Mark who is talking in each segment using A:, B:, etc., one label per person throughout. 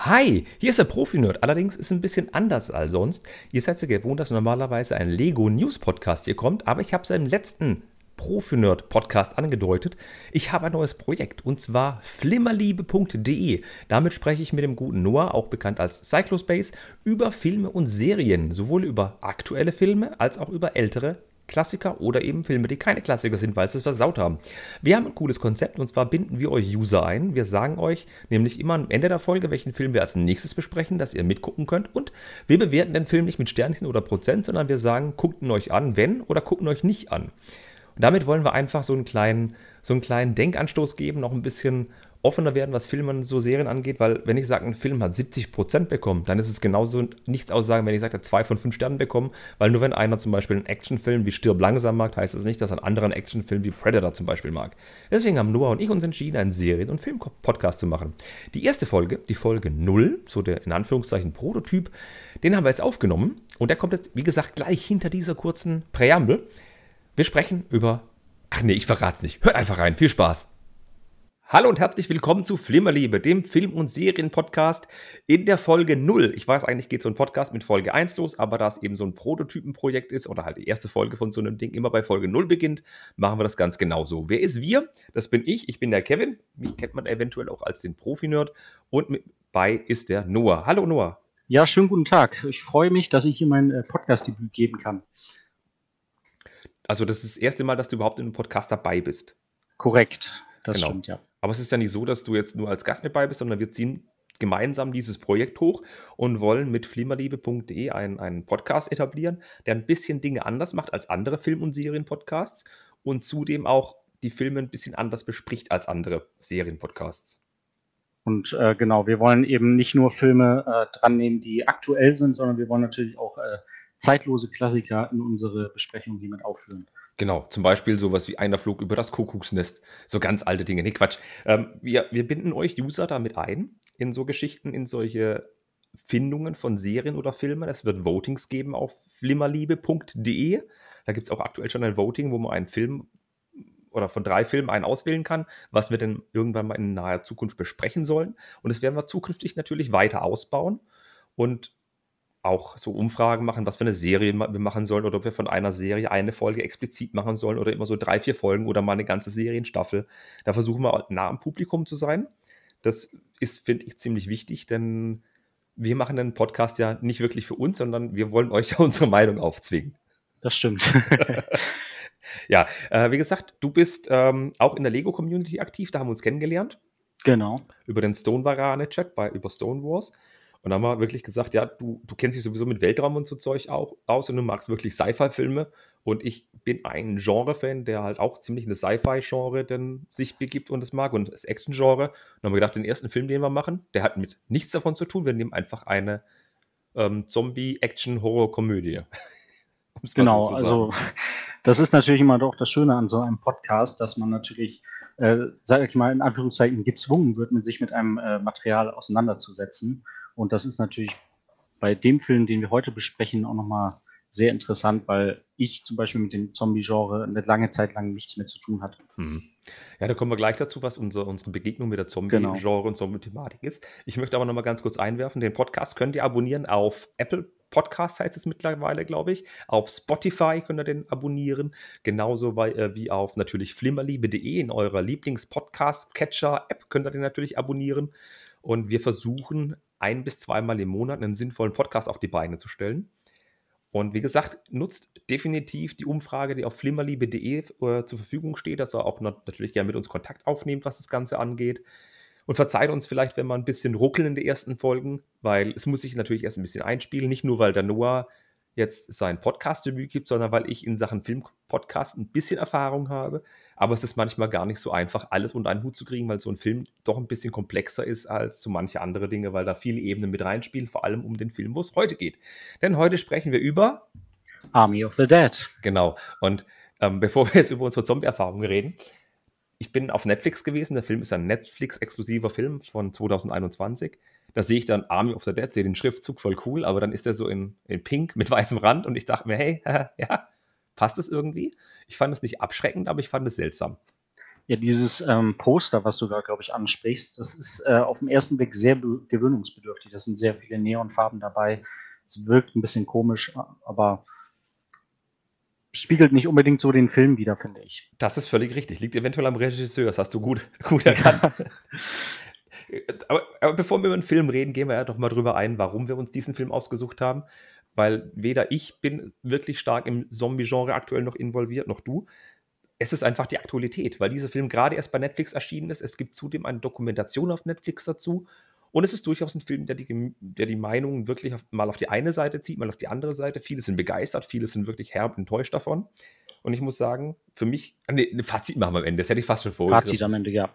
A: Hi, hier ist der Profi-Nerd. Allerdings ist es ein bisschen anders als sonst. Ihr seid ja gewohnt, dass normalerweise ein Lego-News-Podcast hier kommt, aber ich habe es im letzten Profi-Nerd-Podcast angedeutet. Ich habe ein neues Projekt und zwar flimmerliebe.de. Damit spreche ich mit dem guten Noah, auch bekannt als Cyclospace, über Filme und Serien. Sowohl über aktuelle Filme als auch über ältere Klassiker oder eben Filme, die keine Klassiker sind, weil sie es versaut haben. Wir haben ein cooles Konzept und zwar binden wir euch User ein. Wir sagen euch nämlich immer am Ende der Folge, welchen Film wir als nächstes besprechen, dass ihr mitgucken könnt. Und wir bewerten den Film nicht mit Sternchen oder Prozent, sondern wir sagen, guckt ihn euch an, wenn oder guckt ihn euch nicht an. Und damit wollen wir einfach so einen kleinen Denkanstoß geben, noch ein bisschen offener werden, was Filme und so Serien angeht, weil wenn ich sage, ein Film hat 70% bekommen, dann ist es genauso nichts aussagen, wenn ich sage, er hat 2 von 5 Sternen bekommen, weil nur wenn einer zum Beispiel einen Actionfilm wie Stirb langsam mag, heißt es nicht, dass er einen anderen Actionfilm wie Predator zum Beispiel mag. Deswegen haben Noah und ich uns entschieden, einen Serien- und Film-Podcast zu machen. Die erste Folge, die Folge 0, so der in Anführungszeichen Prototyp, den haben wir jetzt aufgenommen und der kommt jetzt, wie gesagt, gleich hinter dieser kurzen Präambel. Wir sprechen über... Ach nee, ich verrat's nicht. Hört einfach rein. Viel Spaß. Hallo und herzlich willkommen zu Flimmerliebe, dem Film- und Serien-Podcast in der Folge 0. Ich weiß, eigentlich geht so ein Podcast mit Folge 1 los, aber da es eben so ein Prototypenprojekt ist oder halt die erste Folge von so einem Ding immer bei Folge 0 beginnt, machen wir das ganz genauso. Wer ist wir? Das bin ich bin der Kevin. Mich kennt man eventuell auch als den Profi-Nerd. Und mit bei ist der Noah. Hallo Noah.
B: Ja, schönen guten Tag. Ich freue mich, dass ich hier mein Podcast-Debüt geben kann.
A: Also das ist das erste Mal, dass du überhaupt in einem Podcast dabei bist.
B: Korrekt, das
A: Genau.
B: stimmt, ja.
A: Aber es ist ja nicht so, dass du jetzt nur als Gast mit bei bist, sondern wir ziehen gemeinsam dieses Projekt hoch und wollen mit flimmerliebe.de einen Podcast etablieren, der ein bisschen Dinge anders macht als andere Film- und Serienpodcasts und zudem auch die Filme ein bisschen anders bespricht als andere Serienpodcasts.
B: Und genau, wir wollen eben nicht nur Filme dran nehmen, die aktuell sind, sondern wir wollen natürlich auch zeitlose Klassiker in unsere Besprechung hiermit aufführen.
A: Genau, zum Beispiel sowas wie Einer flog über das Kuckucksnest. So ganz alte Dinge. Nee, Quatsch. Wir binden euch User damit ein, in so Geschichten, in solche Findungen von Serien oder Filmen. Es wird Votings geben auf flimmerliebe.de. Da gibt es auch aktuell schon ein Voting, wo man einen Film oder von 3 Filmen einen auswählen kann, was wir denn irgendwann mal in naher Zukunft besprechen sollen. Und das werden wir zukünftig natürlich weiter ausbauen und auch so Umfragen machen, was für eine Serie wir machen sollen oder ob wir von einer Serie eine Folge explizit machen sollen oder immer so 3, 4 Folgen oder mal eine ganze Serienstaffel. Da versuchen wir nah am Publikum zu sein. Das ist, finde ich, ziemlich wichtig, denn wir machen den Podcast ja nicht wirklich für uns, sondern wir wollen euch ja unsere Meinung aufzwingen.
B: Das stimmt.
A: Ja, wie gesagt, du bist auch in der Lego-Community aktiv, da haben wir uns kennengelernt
B: Genau.
A: über den Stone-Varane-Chat über Stone Wars. Und da haben wir wirklich gesagt, ja, du kennst dich sowieso mit Weltraum und so Zeug auch aus und du magst wirklich Sci-Fi-Filme. Und ich bin ein Genre-Fan, der halt auch ziemlich eine Sci-Fi-Genre dann sich begibt und das mag und das Action-Genre. Und dann haben wir gedacht, den ersten Film, den wir machen, der hat mit nichts davon zu tun. Wir nehmen einfach eine Zombie-Action-Horror-Komödie, um es mal so
B: Genau,
A: zu sagen.
B: also das ist natürlich immer doch das Schöne an so einem Podcast, dass man natürlich, sage ich mal, in Anführungszeichen gezwungen wird, sich mit einem Material auseinanderzusetzen. Und das ist natürlich bei dem Film, den wir heute besprechen, auch nochmal sehr interessant, weil ich zum Beispiel mit dem Zombie-Genre eine lange Zeit lang nichts mehr zu tun hatte.
A: Mhm. Ja, da kommen wir gleich dazu, was unsere Begegnung mit der
B: Genau.
A: Zombie-Genre und Zombie-Thematik ist. Ich möchte aber noch mal ganz kurz einwerfen, den Podcast könnt ihr abonnieren auf Apple Podcasts, heißt es mittlerweile, glaube ich. Auf Spotify könnt ihr den abonnieren. Genauso wie auf natürlich flimmerliebe.de in eurer Lieblings-Podcast-Catcher-App könnt ihr den natürlich abonnieren. Und wir versuchen 1 bis 2 Mal im Monat einen sinnvollen Podcast auf die Beine zu stellen. Und wie gesagt, nutzt definitiv die Umfrage, die auf flimmerliebe.de zur Verfügung steht, dass er auch natürlich gerne mit uns Kontakt aufnehmt, was das Ganze angeht. Und verzeiht uns vielleicht, wenn wir ein bisschen ruckeln in den ersten Folgen, weil es muss sich natürlich erst ein bisschen einspielen. Nicht nur, weil der Noah jetzt sein Podcast-Debüt gibt, sondern weil ich in Sachen Film-Podcast ein bisschen Erfahrung habe. Aber es ist manchmal gar nicht so einfach, alles unter einen Hut zu kriegen, weil so ein Film doch ein bisschen komplexer ist als so manche andere Dinge, weil da viele Ebenen mit reinspielen, vor allem um den Film, wo es heute geht. Denn heute sprechen wir über...
B: Army of the Dead.
A: Genau. Und bevor wir jetzt über unsere Zombie-Erfahrungen reden, ich bin auf Netflix gewesen. Der Film ist ein Netflix-exklusiver Film von 2021. Da sehe ich dann Army of the Dead, sehe den Schriftzug voll cool, aber dann ist er so in pink mit weißem Rand und ich dachte mir, hey, ja, passt das irgendwie? Ich fand es nicht abschreckend, aber ich fand es seltsam.
B: Ja, dieses Poster, was du da, glaube ich, ansprichst, das ist auf den ersten Blick sehr gewöhnungsbedürftig. Da sind sehr viele Neonfarben dabei. Es wirkt ein bisschen komisch, aber spiegelt nicht unbedingt so den Film wider, finde ich.
A: Das ist völlig richtig. Liegt eventuell am Regisseur. Das hast du gut erkannt. Aber bevor wir über den Film reden, gehen wir ja doch mal drüber ein, warum wir uns diesen Film ausgesucht haben. Weil weder ich bin wirklich stark im Zombie-Genre aktuell noch involviert, noch du. Es ist einfach die Aktualität, weil dieser Film gerade erst bei Netflix erschienen ist. Es gibt zudem eine Dokumentation auf Netflix dazu. Und es ist durchaus ein Film, der die Meinungen wirklich mal auf die eine Seite zieht, mal auf die andere Seite. Viele sind begeistert, viele sind wirklich herb enttäuscht davon. Und ich muss sagen, für mich, ein Fazit machen wir am Ende, das hätte ich fast schon vorgegriffen.
B: Fazit am Ende, ja.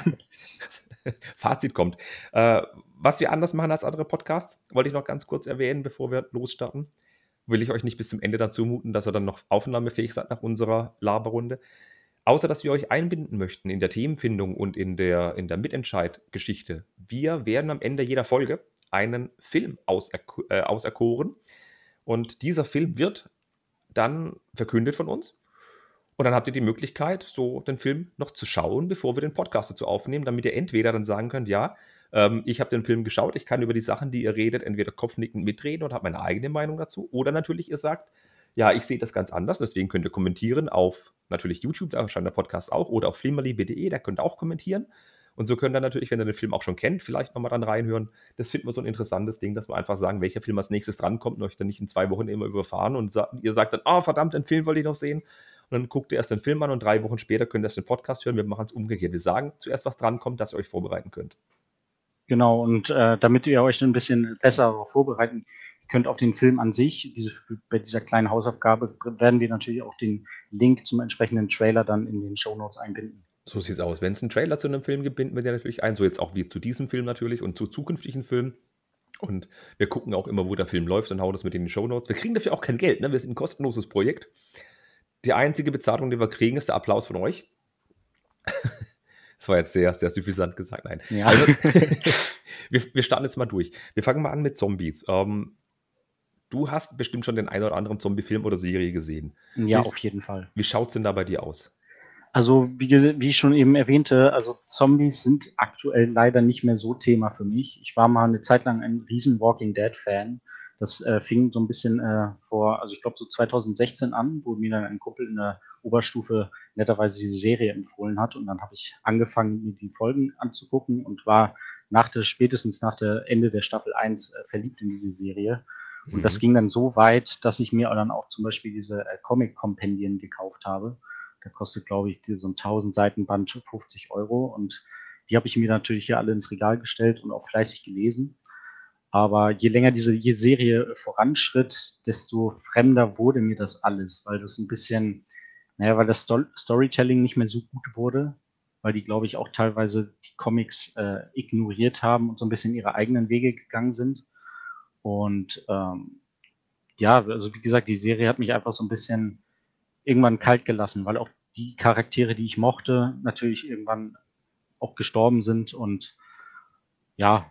A: Fazit kommt. Was wir anders machen als andere Podcasts, wollte ich noch ganz kurz erwähnen, bevor wir losstarten. Will ich euch nicht bis zum Ende dazu muten, dass ihr dann noch aufnahmefähig seid nach unserer Laberrunde. Außer, dass wir euch einbinden möchten in der Themenfindung und in der Mitentscheid-Geschichte. Wir werden am Ende jeder Folge einen Film auserkoren. Und dieser Film wird dann verkündet von uns. Und dann habt ihr die Möglichkeit, so den Film noch zu schauen, bevor wir den Podcast dazu aufnehmen, damit ihr entweder dann sagen könnt, ja, ich habe den Film geschaut, ich kann über die Sachen, die ihr redet, entweder kopfnickend mitreden und habe meine eigene Meinung dazu. Oder natürlich, ihr sagt, ja, ich sehe das ganz anders, deswegen könnt ihr kommentieren auf natürlich YouTube, da erscheint der Podcast auch, oder auf flimmerli.de, da könnt ihr auch kommentieren. Und so könnt ihr natürlich, wenn ihr den Film auch schon kennt, vielleicht nochmal dann reinhören. Das finden wir so ein interessantes Ding, dass wir einfach sagen, welcher Film als nächstes drankommt und euch dann nicht in 2 Wochen immer überfahren und ihr sagt dann, oh verdammt, den Film wollte ich noch sehen. Und dann guckt ihr erst den Film an und 3 Wochen später könnt ihr erst den Podcast hören. Wir machen es umgekehrt. Wir sagen zuerst, was drankommt, dass ihr euch vorbereiten könnt.
B: Genau, und damit ihr euch ein bisschen besser vorbereiten könnt auf den Film an sich, bei dieser kleinen Hausaufgabe, werden wir natürlich auch den Link zum entsprechenden Trailer dann in den Shownotes einbinden.
A: So sieht es aus. Wenn es einen Trailer zu einem Film gibt, binden wir den natürlich ein. So jetzt auch wie zu diesem Film natürlich und zu zukünftigen Filmen. Und wir gucken auch immer, wo der Film läuft und hauen das mit in die Shownotes. Wir kriegen dafür auch kein Geld, ne? Wir sind ein kostenloses Projekt. Die einzige Bezahlung, die wir kriegen, ist der Applaus von euch. Das war jetzt sehr, sehr suffisant gesagt. Nein.
B: Ja.
A: Also, wir starten jetzt mal durch. Wir fangen mal an mit Zombies. Du hast bestimmt schon den einen oder anderen Zombie-Film oder Serie gesehen.
B: Ja, auf jeden Fall.
A: Wie schaut es denn da bei dir aus?
B: Also, wie ich schon eben erwähnte, also Zombies sind aktuell leider nicht mehr so Thema für mich. Ich war mal eine Zeit lang ein riesen Walking Dead-Fan. Das fing so ein bisschen also ich glaube so 2016 an, wo mir dann ein Kumpel in der Oberstufe netterweise diese Serie empfohlen hat. Und dann habe ich angefangen, mir die Folgen anzugucken und war spätestens nach der Ende der Staffel 1 verliebt in diese Serie. Und das ging dann so weit, dass ich mir dann auch zum Beispiel diese Comic-Kompendien gekauft habe. Da kostet, glaube ich, so ein 1000 Seiten Band 50 Euro. Und die habe ich mir natürlich hier alle ins Regal gestellt und auch fleißig gelesen. Aber je länger diese Serie voranschritt, desto fremder wurde mir das alles, weil das ein bisschen, weil das Storytelling nicht mehr so gut wurde, weil die, glaube ich, auch teilweise die Comics ignoriert haben und so ein bisschen ihre eigenen Wege gegangen sind. Und ja, also wie gesagt, die Serie hat mich einfach so ein bisschen irgendwann kalt gelassen, weil auch die Charaktere, die ich mochte, natürlich irgendwann auch gestorben sind und ja,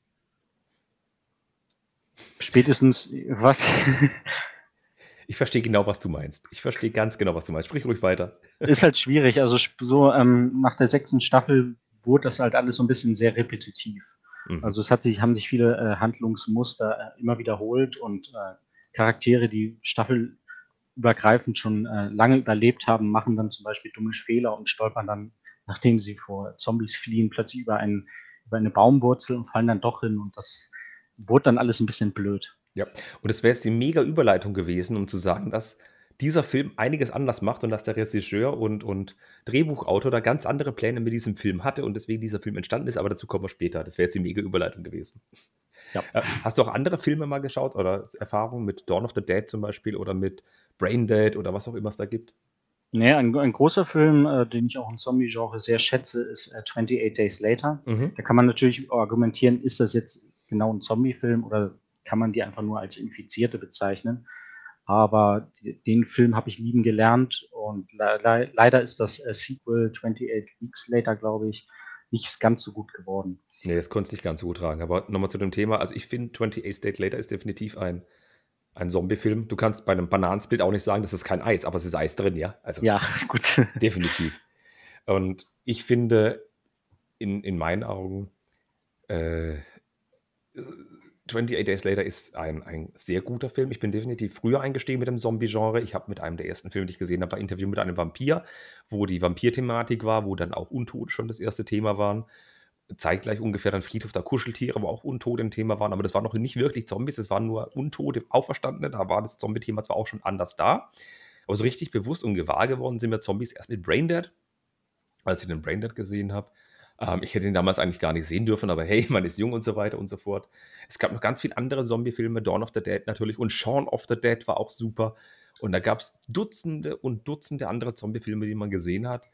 B: spätestens, was?
A: Ich verstehe genau, was du meinst. Ich verstehe ganz genau, was du meinst. Sprich ruhig weiter.
B: Ist halt schwierig. Also so nach der 6. Staffel wurde das halt alles so ein bisschen sehr repetitiv. Also haben sich viele Handlungsmuster immer wiederholt und Charaktere, die staffelübergreifend schon lange überlebt haben, machen dann zum Beispiel dumme Fehler und stolpern dann, nachdem sie vor Zombies fliehen, plötzlich über eine Baumwurzel und fallen dann doch hin und das wurde dann alles ein bisschen blöd.
A: Ja, und es wäre jetzt die mega Überleitung gewesen, um zu sagen, dass dieser Film einiges anders macht und dass der Regisseur und Drehbuchautor da ganz andere Pläne mit diesem Film hatte und deswegen dieser Film entstanden ist, aber dazu kommen wir später. Das wäre jetzt die mega Überleitung gewesen.
B: Ja.
A: Hast du auch andere Filme mal geschaut oder Erfahrungen mit Dawn of the Dead zum Beispiel oder mit Brain Dead oder was auch immer es da gibt?
B: Nee, ein großer Film, den ich auch im Zombie-Genre sehr schätze, ist 28 Days Later. Da kann man natürlich argumentieren, ist das jetzt genau ein Zombie-Film oder kann man die einfach nur als Infizierte bezeichnen? Aber den Film habe ich lieben gelernt und leider ist das Sequel 28 Weeks Later, glaube ich, nicht ganz so gut geworden.
A: Nee, das konnte es nicht ganz so gut tragen. Aber nochmal zu dem Thema. Also ich finde, 28 Days Later ist definitiv ein Zombie-Film. Du kannst bei einem Bananensplit auch nicht sagen, das ist kein Eis, aber es ist Eis drin, ja? Also
B: ja, gut.
A: Definitiv. Und ich finde, in meinen Augen, äh, 28 Days Later ist ein sehr guter Film. Ich bin definitiv früher eingestiegen mit dem Zombie-Genre. Ich habe mit einem der ersten Filme, die ich gesehen habe, war Interview mit einem Vampir, wo die Vampir-Thematik war, wo dann auch Untote schon das erste Thema waren. Zeitgleich ungefähr dann Friedhof der Kuscheltiere, wo auch Untote ein Thema waren. Aber das waren noch nicht wirklich Zombies, es waren nur Untote, Auferstandene. Da war das Zombie-Thema zwar auch schon anders da. Aber so richtig bewusst und gewahr geworden sind mir Zombies erst mit Braindead, als ich den Braindead gesehen habe. Ich hätte ihn damals eigentlich gar nicht sehen dürfen, aber hey, man ist jung und so weiter und so fort. Es gab noch ganz viele andere Zombie-Filme, Dawn of the Dead natürlich und Shaun of the Dead war auch super. Und da gab es Dutzende und Dutzende andere Zombie-Filme, die man gesehen hat.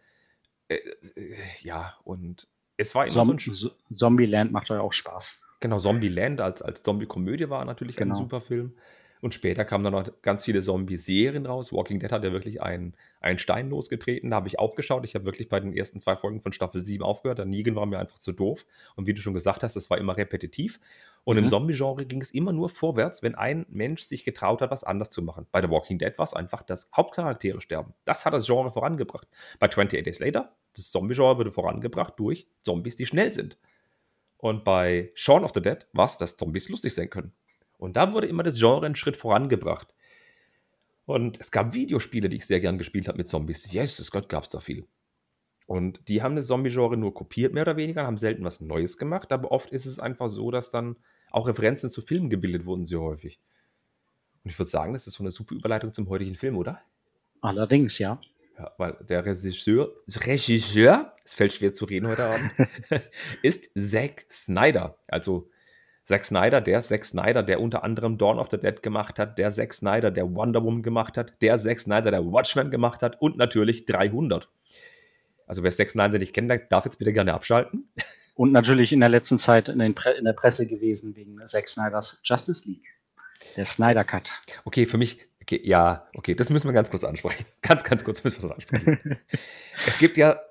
A: Ja, und es war immer so ein...
B: Zombieland macht ja auch Spaß.
A: Genau, Zombieland als Zombie-Komödie war natürlich ein super Film. Und später kamen dann noch ganz viele Zombie-Serien raus. Walking Dead hat ja wirklich einen Stein losgetreten. Da habe ich auch geschaut. Ich habe wirklich bei den ersten 2 Folgen von Staffel 7 aufgehört. Der Negan war mir einfach zu doof. Und wie du schon gesagt hast, das war immer repetitiv. Und im Zombie-Genre ging es immer nur vorwärts, wenn ein Mensch sich getraut hat, was anders zu machen. Bei The Walking Dead war es einfach, dass Hauptcharaktere sterben. Das hat das Genre vorangebracht. Bei 28 Days Later, das Zombie-Genre wurde vorangebracht durch Zombies, die schnell sind. Und bei Shaun of the Dead war es, dass Zombies lustig sein können. Und da wurde immer das Genre einen Schritt vorangebracht. Und es gab Videospiele, die ich sehr gern gespielt habe mit Zombies. Jesus Gott, gab es da viel. Und die haben das Zombie-Genre nur kopiert, mehr oder weniger, haben selten was Neues gemacht, aber oft ist es einfach so, dass dann auch Referenzen zu Filmen gebildet wurden, sehr häufig. Und ich würde sagen, das ist so eine super Überleitung zum heutigen Film, oder?
B: Allerdings, ja.
A: Ja, weil der Regisseur, es fällt schwer zu reden heute Abend, ist Zack Snyder. Also Zack Snyder, der unter anderem Dawn of the Dead gemacht hat, der Zack Snyder, der Wonder Woman gemacht hat, der Zack Snyder, der Watchmen gemacht hat und natürlich 300. Also wer Zack Snyder nicht kennt, der darf jetzt bitte gerne abschalten.
B: Und natürlich in der letzten Zeit in der Presse gewesen wegen Zack Snyders Justice League. Der Snyder Cut.
A: Okay, für mich, okay, das müssen wir ganz kurz ansprechen. Ganz kurz müssen wir das ansprechen. Es gibt ja,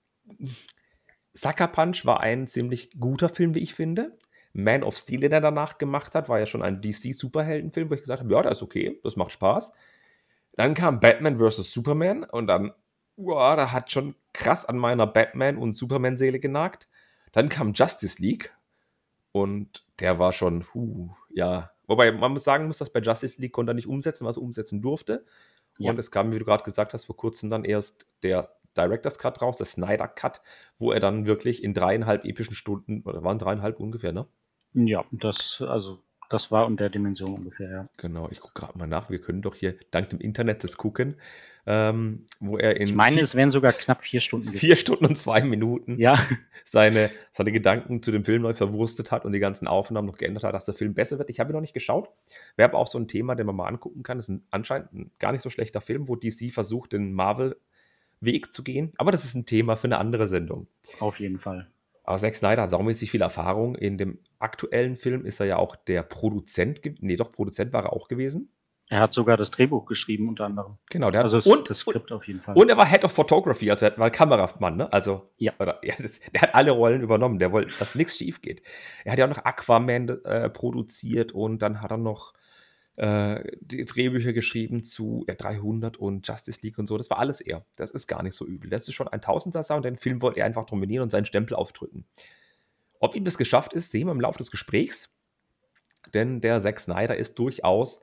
A: Sucker Punch war ein ziemlich guter Film, wie ich finde. Man of Steel, den er danach gemacht hat, war ja schon ein DC-Superheldenfilm, wo ich gesagt habe, ja, das ist okay, das macht Spaß. Dann kam Batman vs. Superman und dann, da hat schon krass an meiner Batman- und Superman-Seele genagt. Dann kam Justice League und der war schon, ja. Wobei man sagen muss, dass bei Justice League konnte er nicht umsetzen, was er umsetzen durfte. Ja. Und es kam, wie du gerade gesagt hast, vor kurzem dann erst der Director's Cut raus, der Snyder Cut, wo er dann wirklich in 3,5 epischen Stunden, oder waren 3,5 ungefähr, ne?
B: Ja, das war in der Dimension ungefähr, ja.
A: Genau, ich gucke gerade mal nach. Wir können doch hier dank dem Internet das gucken, wo er in...
B: Ich meine, es wären sogar knapp 4 Stunden.
A: 4 Stunden und 2 Minuten seine Gedanken zu dem Film neu verwurstet hat und die ganzen Aufnahmen noch geändert hat, dass der Film besser wird. Ich habe ihn noch nicht geschaut. Wäre aber auch so ein Thema, den man mal angucken kann. Das ist anscheinend ein gar nicht so schlechter Film, wo DC versucht, den Marvel-Weg zu gehen. Aber das ist ein Thema für eine andere Sendung.
B: Auf jeden Fall.
A: Aber Zack Snyder hat saumäßig viel Erfahrung. In dem aktuellen Film ist er ja auch der Produzent. Produzent war er auch gewesen.
B: Er hat sogar das Drehbuch geschrieben, unter anderem.
A: Genau, der hat
B: das Skript auf jeden Fall.
A: Und er war Head of Photography, also er war Kameramann, ne? Also,
B: ja.
A: Der hat alle Rollen übernommen, der wollte, dass nichts schief geht. Er hat ja auch noch Aquaman produziert und dann hat er noch die Drehbücher geschrieben zu 300 und Justice League und so. Das war alles er. Das ist gar nicht so übel. Das ist schon ein Tausendsasser und den Film wollte er einfach dominieren und seinen Stempel aufdrücken. Ob ihm das geschafft ist, sehen wir im Laufe des Gesprächs. Denn der Zack Snyder ist durchaus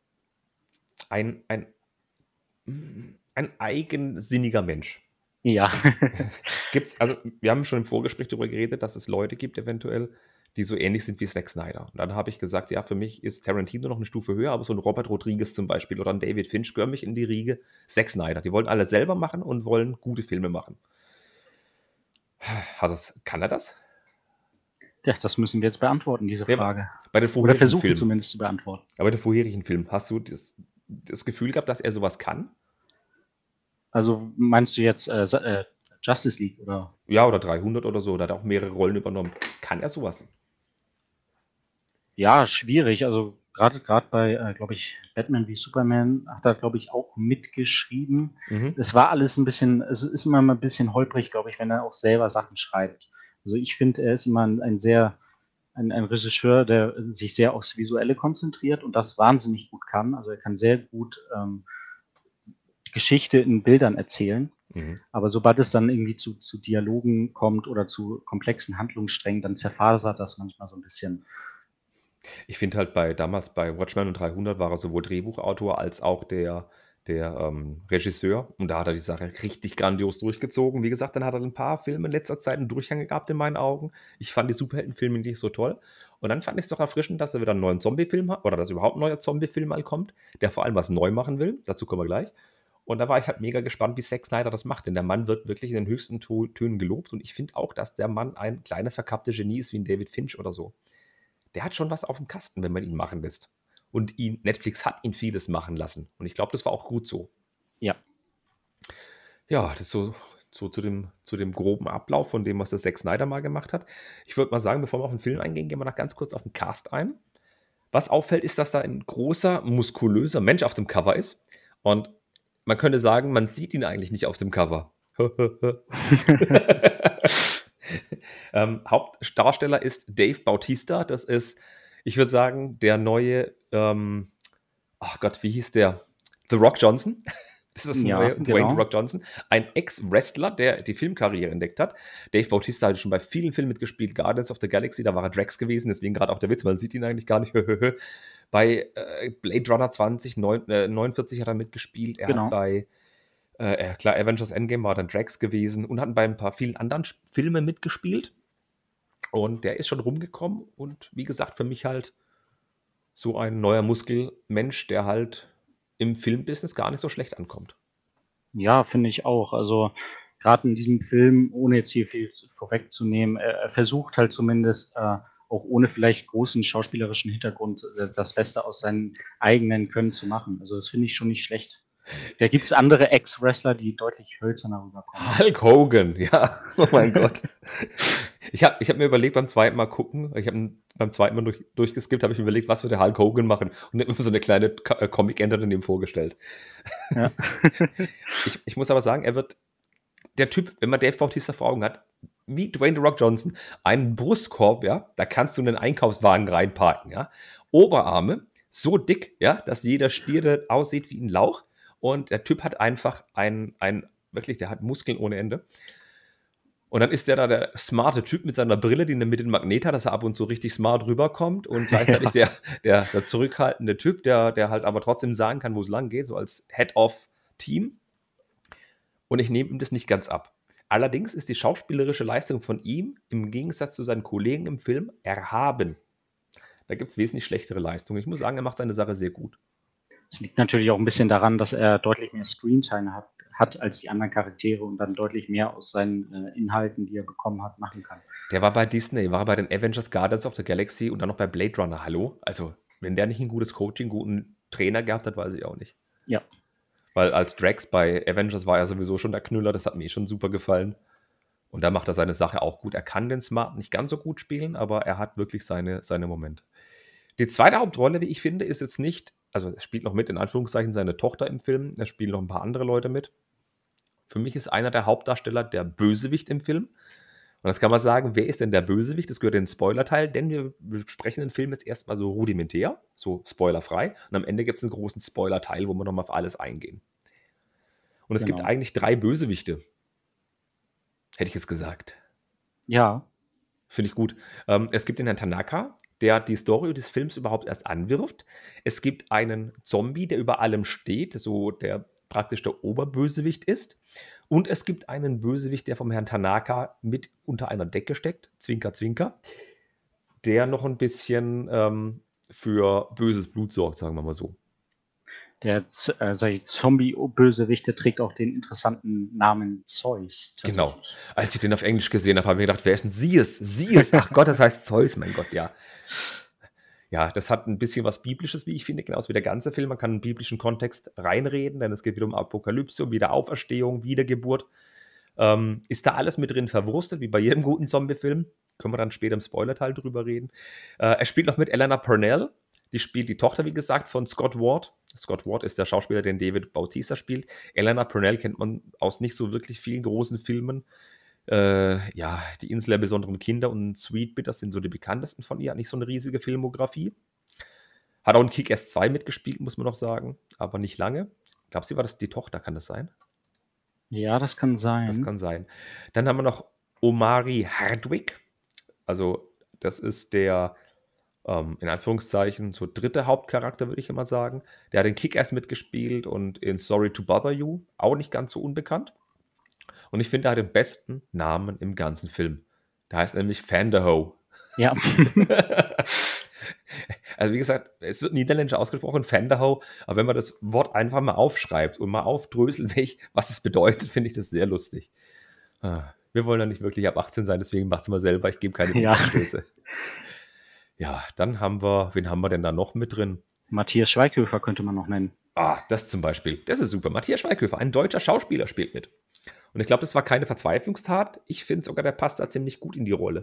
A: ein eigensinniger Mensch.
B: Ja.
A: Wir haben schon im Vorgespräch darüber geredet, dass es Leute gibt, eventuell, die so ähnlich sind wie Zack Snyder. Und dann habe ich gesagt, ja, für mich ist Tarantino noch eine Stufe höher, aber so ein Robert Rodriguez zum Beispiel oder ein David Finch gehören mich in die Riege Zack Snyder. Die wollen alle selber machen und wollen gute Filme machen. Kann er das?
B: Ja, das müssen wir jetzt beantworten, diese Frage.
A: Bei den vorherigen
B: Oder versuchen
A: Filmen
B: zumindest zu beantworten.
A: Aber bei den vorherigen Filmen, hast du das Gefühl gehabt, dass er sowas kann?
B: Also meinst du jetzt Justice League, oder?
A: Ja, oder 300 oder so, da hat er auch mehrere Rollen übernommen. Kann er sowas?
B: Ja, schwierig. Also gerade bei, glaube ich, Batman wie Superman hat er, glaube ich, auch mitgeschrieben. Es war alles es ist immer ein bisschen holprig, glaube ich, wenn er auch selber Sachen schreibt. Also ich finde, er ist immer ein Regisseur, der sich sehr aufs Visuelle konzentriert und das wahnsinnig gut kann. Also er kann sehr gut Geschichte in Bildern erzählen.
A: Mhm.
B: Aber sobald es dann irgendwie zu Dialogen kommt oder zu komplexen Handlungssträngen, dann zerfasert das manchmal so ein bisschen.
A: Ich finde halt damals bei Watchmen und 300 war er sowohl Drehbuchautor als auch der Regisseur. Und da hat er die Sache richtig grandios durchgezogen. Wie gesagt, dann hat er ein paar Filme in letzter Zeit einen Durchhang gehabt in meinen Augen. Ich fand die Superheldenfilme nicht so toll. Und dann fand ich es doch erfrischend, dass er wieder einen neuen Zombie-Film hat oder dass überhaupt ein neuer Zombie-Film mal kommt, der vor allem was neu machen will. Dazu kommen wir gleich. Und da war ich halt mega gespannt, wie Zack Snyder das macht. Denn der Mann wird wirklich in den höchsten Tönen gelobt. Und ich finde auch, dass der Mann ein kleines verkapptes Genie ist wie ein David Finch oder so. Der hat schon was auf dem Kasten, wenn man ihn machen lässt. Und Netflix hat ihn vieles machen lassen. Und ich glaube, das war auch gut so.
B: Ja.
A: Ja, das ist so zu dem groben Ablauf von dem, was der Zack Snyder mal gemacht hat. Ich würde mal sagen, bevor wir auf den Film eingehen, gehen wir noch ganz kurz auf den Cast ein. Was auffällt, ist, dass da ein großer, muskulöser Mensch auf dem Cover ist. Und man könnte sagen, man sieht ihn eigentlich nicht auf dem Cover. Hauptdarsteller ist Dave Bautista. Das ist, ich würde sagen, der neue, ach Gott, wie hieß der? The Rock Johnson. Das ist der
B: Ja,
A: neue Dwayne
B: genau.
A: The Rock Johnson. Ein Ex-Wrestler, der die Filmkarriere entdeckt hat. Dave Bautista hat schon bei vielen Filmen mitgespielt. Guardians of the Galaxy, da war er Drax gewesen. Deswegen gerade auch der Witz, man sieht ihn eigentlich gar nicht. Bei Blade Runner 2049 hat er mitgespielt. Er
B: Genau.
A: hat bei klar, Avengers Endgame war dann Drax gewesen und hat bei ein paar vielen anderen Filmen mitgespielt. Und der ist schon rumgekommen und wie gesagt, für mich halt so ein neuer Muskelmensch, der halt im Filmbusiness gar nicht so schlecht ankommt.
B: Ja, finde ich auch. Also gerade in diesem Film, ohne jetzt hier viel vorwegzunehmen, er versucht halt zumindest auch ohne vielleicht großen schauspielerischen Hintergrund das Beste aus seinem eigenen Können zu machen. Also das finde ich schon nicht schlecht. Da gibt es andere Ex-Wrestler, die deutlich hölzerner rüberkommen.
A: Hulk Hogan, ja, oh mein Gott. Ich hab mir überlegt beim zweiten Mal gucken, beim zweiten Mal durchgeskippt, habe ich mir überlegt, was wird der Hulk Hogan machen und habe mir so eine kleine Comic-Ender daneben vorgestellt.
B: Ja.
A: Ich muss aber sagen, der Typ, wenn man Dave Bautista vor Augen hat, wie Dwayne The Rock Johnson, einen Brustkorb, ja, da kannst du einen Einkaufswagen reinparken, ja. Oberarme, so dick, ja, dass jeder Stier aussieht wie ein Lauch. Und der Typ hat einfach wirklich, der hat Muskeln ohne Ende. Und dann ist der da der smarte Typ mit seiner Brille, die in der Mitte einen Magnet hat, dass er ab und zu richtig smart rüberkommt. Und gleichzeitig der zurückhaltende Typ, der halt aber trotzdem sagen kann, wo es lang geht, so als Head of Team. Und ich nehme ihm das nicht ganz ab. Allerdings ist die schauspielerische Leistung von ihm im Gegensatz zu seinen Kollegen im Film erhaben. Da gibt es wesentlich schlechtere Leistungen. Ich muss sagen, er macht seine Sache sehr gut.
B: Es liegt natürlich auch ein bisschen daran, dass er deutlich mehr Screentime hat als die anderen Charaktere und dann deutlich mehr aus seinen Inhalten, die er bekommen hat, machen kann.
A: Der war bei Disney, war bei den Avengers Guardians of the Galaxy und dann noch bei Blade Runner. Hallo? Also, wenn der nicht ein gutes Coaching, guten Trainer gehabt hat, weiß ich auch nicht.
B: Ja.
A: Weil als Drax bei Avengers war er sowieso schon der Knüller, das hat mir schon super gefallen. Und da macht er seine Sache auch gut. Er kann den Smart nicht ganz so gut spielen, aber er hat wirklich seine Momente. Die zweite Hauptrolle, wie ich finde, ist jetzt nicht, also es spielt noch mit, in Anführungszeichen, seine Tochter im Film. Da spielen noch ein paar andere Leute mit. Für mich ist einer der Hauptdarsteller der Bösewicht im Film. Und das kann man sagen, wer ist denn der Bösewicht? Das gehört in den Spoiler-Teil, denn wir besprechen den Film jetzt erstmal so rudimentär, so spoilerfrei. Und am Ende gibt es einen großen Spoiler-Teil, wo wir nochmal auf alles eingehen. Und es gibt eigentlich 3 Bösewichte. Hätte ich jetzt gesagt.
B: Ja.
A: Finde ich gut. Es gibt den Herrn Tanaka, der die Story des Films überhaupt erst anwirft. Es gibt einen Zombie, der über allem steht, so der praktisch der Oberbösewicht ist. Und es gibt einen Bösewicht, der vom Herrn Tanaka mit unter einer Decke steckt, Zwinker, Zwinker, der noch ein bisschen für böses Blut sorgt, sagen wir mal so.
B: Der Zombie-Bösewicht, der trägt auch den interessanten Namen Zeus.
A: Genau. Als ich den auf Englisch gesehen habe, habe ich mir gedacht, wer ist denn Zeus? Ach Gott, das heißt Zeus, mein Gott, ja. Ja, das hat ein bisschen was Biblisches, wie ich finde, genauso wie der ganze Film. Man kann einen biblischen Kontext reinreden, denn es geht wieder um Apokalypse, um Wiederauferstehung, Wiedergeburt. Ist da alles mit drin verwurstet, wie bei jedem guten Zombie-Film. Können wir dann später im Spoiler-Teil drüber reden. Er spielt noch mit Elena Purnell. Die spielt die Tochter, wie gesagt, von Scott Ward. Scott Ward ist der Schauspieler, den David Bautista spielt. Elena Purnell kennt man aus nicht so wirklich vielen großen Filmen. Ja, Die Insel der besonderen Kinder und Sweet Bit, das sind so die bekanntesten von ihr. Hat nicht so eine riesige Filmografie. Hat auch in Kick-Ass 2 mitgespielt, muss man noch sagen, aber nicht lange. Glaubst du, war das die Tochter? Kann das sein?
B: Ja, das kann
A: Das
B: sein.
A: kann sein. Dann haben wir noch Omari Hardwick. Also, das ist der, in Anführungszeichen, so dritte Hauptcharakter, würde ich immer sagen. Der hat in Kick-Ass mitgespielt und in Sorry to Bother You, auch nicht ganz so unbekannt. Und ich finde, er hat den besten Namen im ganzen Film. Der heißt nämlich Vanderho.
B: Ja.
A: Also wie gesagt, es wird niederländisch ausgesprochen, Vanderho, aber wenn man das Wort einfach mal aufschreibt und mal aufdröselt, was es bedeutet, finde ich das sehr lustig. Wir wollen ja nicht wirklich ab 18 sein, deswegen macht es mal selber, ich gebe keine
B: Ja.
A: Denkanstöße. Ja, dann haben wir, wen haben wir denn da noch mit drin?
B: Matthias Schweighöfer könnte man noch nennen.
A: Das zum Beispiel, das ist super. Matthias Schweighöfer, ein deutscher Schauspieler, spielt mit. Und ich glaube, das war keine Verzweiflungstat. Ich finde sogar, der passt da ziemlich gut in die Rolle.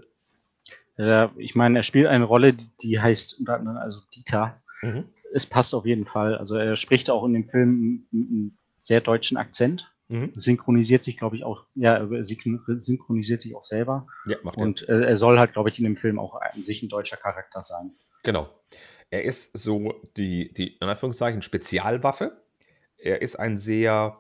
B: Ich meine, er spielt eine Rolle, die heißt unter anderem also Dieter.
A: Mhm.
B: Es passt auf jeden Fall. Also er spricht auch in dem Film einen sehr deutschen Akzent.
A: Mhm.
B: Synchronisiert sich, glaube ich, auch, ja, er synchronisiert sich auch selber.
A: Ja, macht er.
B: Und er soll halt, glaube ich, in dem Film auch an sich ein deutscher Charakter sein.
A: Genau. Er ist so die in Anführungszeichen, Spezialwaffe. Er ist ein sehr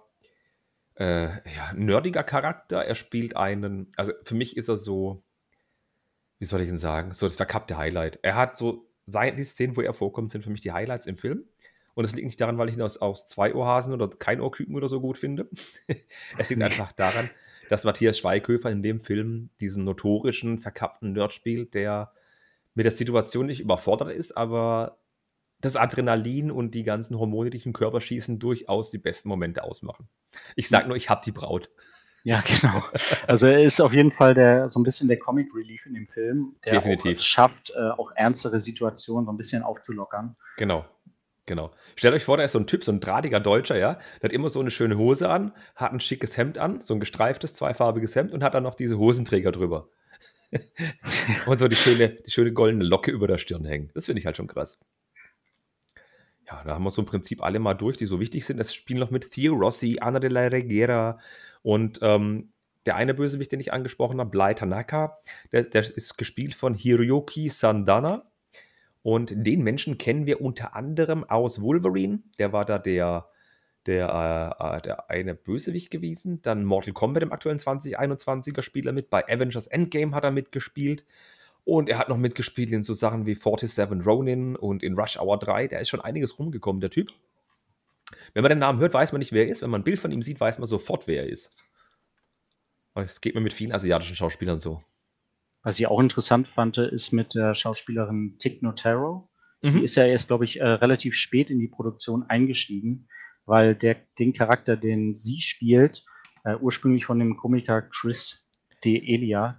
A: nerdiger Charakter. Er spielt einen, also für mich ist er so, wie soll ich denn sagen, so das verkappte Highlight. Er hat so, die Szenen, wo er vorkommt, sind für mich die Highlights im Film. Und es liegt nicht daran, weil ich ihn aus zwei Ohrhasen oder kein Ohrküken oder so gut finde. Es liegt einfach daran, dass Matthias Schweighöfer in dem Film diesen notorischen, verkappten Nerd spielt, der mit der Situation nicht überfordert ist, aber das Adrenalin und die ganzen Hormone, die durch den Körper schießen, durchaus die besten Momente ausmachen. Ich sag nur, ich hab die Braut.
B: Ja, genau. Also er ist auf jeden Fall so ein bisschen der Comic Relief in dem Film, der
A: Definitiv.
B: auch schafft, auch ernstere Situationen so ein bisschen aufzulockern.
A: Genau. Stellt euch vor, da ist so ein Typ, so ein drahtiger Deutscher, ja, der hat immer so eine schöne Hose an, hat ein schickes Hemd an, so ein gestreiftes, zweifarbiges Hemd und hat dann noch diese Hosenträger drüber. Und so die schöne goldene Locke über der Stirn hängen. Das finde ich halt schon krass. Ja, da haben wir so im Prinzip alle mal durch, die so wichtig sind. Es spielen noch mit Theo Rossi, Ana de la Reguera und der eine Bösewicht, den ich angesprochen habe, Bly Tanaka, der ist gespielt von Hiroyuki Sandana. Und den Menschen kennen wir unter anderem aus Wolverine. Der war da der eine Bösewicht gewesen. Dann Mortal Kombat im aktuellen 2021er Spieler mit. Bei Avengers Endgame hat er mitgespielt. Und er hat noch mitgespielt in so Sachen wie 47 Ronin und in Rush Hour 3. Der ist schon einiges rumgekommen, der Typ. Wenn man den Namen hört, weiß man nicht, wer er ist. Wenn man ein Bild von ihm sieht, weiß man sofort, wer er ist. Das geht mir mit vielen asiatischen Schauspielern so.
B: Was ich auch interessant fand, ist mit der Schauspielerin Tig Notaro. Die ist ja erst, glaube ich, relativ spät in die Produktion eingestiegen, weil den Charakter, den sie spielt, ursprünglich von dem Komiker Chris D'Elia,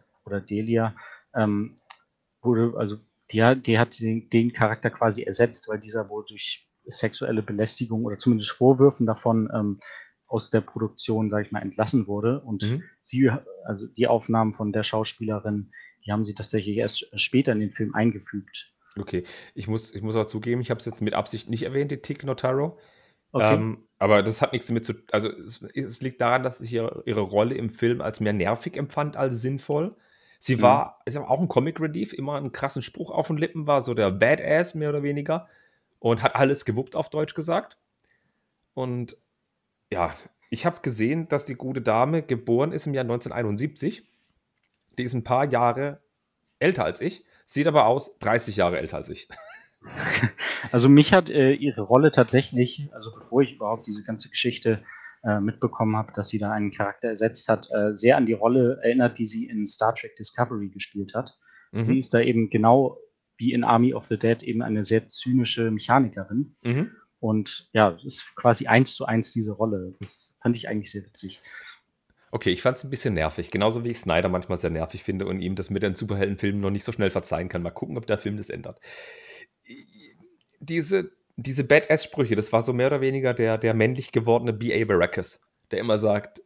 B: die hat den Charakter quasi ersetzt, weil dieser wohl durch sexuelle Belästigung oder zumindest Vorwürfen davon aus der Produktion, sage ich mal, entlassen wurde. Und also die Aufnahmen von der Schauspielerin, die haben sie tatsächlich erst später in den Film eingefügt.
A: Okay, ich muss auch zugeben, ich habe es jetzt mit Absicht nicht erwähnt, die Tig Notaro.
B: Okay.
A: Aber das hat nichts damit zu tun. Also es liegt daran, dass ich ihre Rolle im Film als mehr nervig empfand als sinnvoll. Sie ist aber auch ein Comic Relief, immer einen krassen Spruch auf den Lippen, war so der Badass mehr oder weniger und hat alles gewuppt, auf Deutsch gesagt. Und ja, ich habe gesehen, dass die gute Dame geboren ist im Jahr 1971. Die ist ein paar Jahre älter als ich, sieht aber aus 30 Jahre älter als ich.
B: Also mich hat ihre Rolle tatsächlich, also bevor ich überhaupt diese ganze Geschichte mitbekommen habe, dass sie da einen Charakter ersetzt hat, sehr an die Rolle erinnert, die sie in Star Trek Discovery gespielt hat.
A: Mhm.
B: Sie ist da eben genau wie in Army of the Dead eben eine sehr zynische Mechanikerin.
A: Mhm.
B: Und ja, das ist quasi 1:1 diese Rolle. Das fand ich eigentlich sehr witzig.
A: Okay, ich fand es ein bisschen nervig. Genauso wie ich Snyder manchmal sehr nervig finde und ihm das mit den Superheldenfilmen noch nicht so schnell verzeihen kann. Mal gucken, ob der Film das ändert. Diese Badass-Sprüche, das war so mehr oder weniger der männlich gewordene B.A. Baracus, der immer sagt,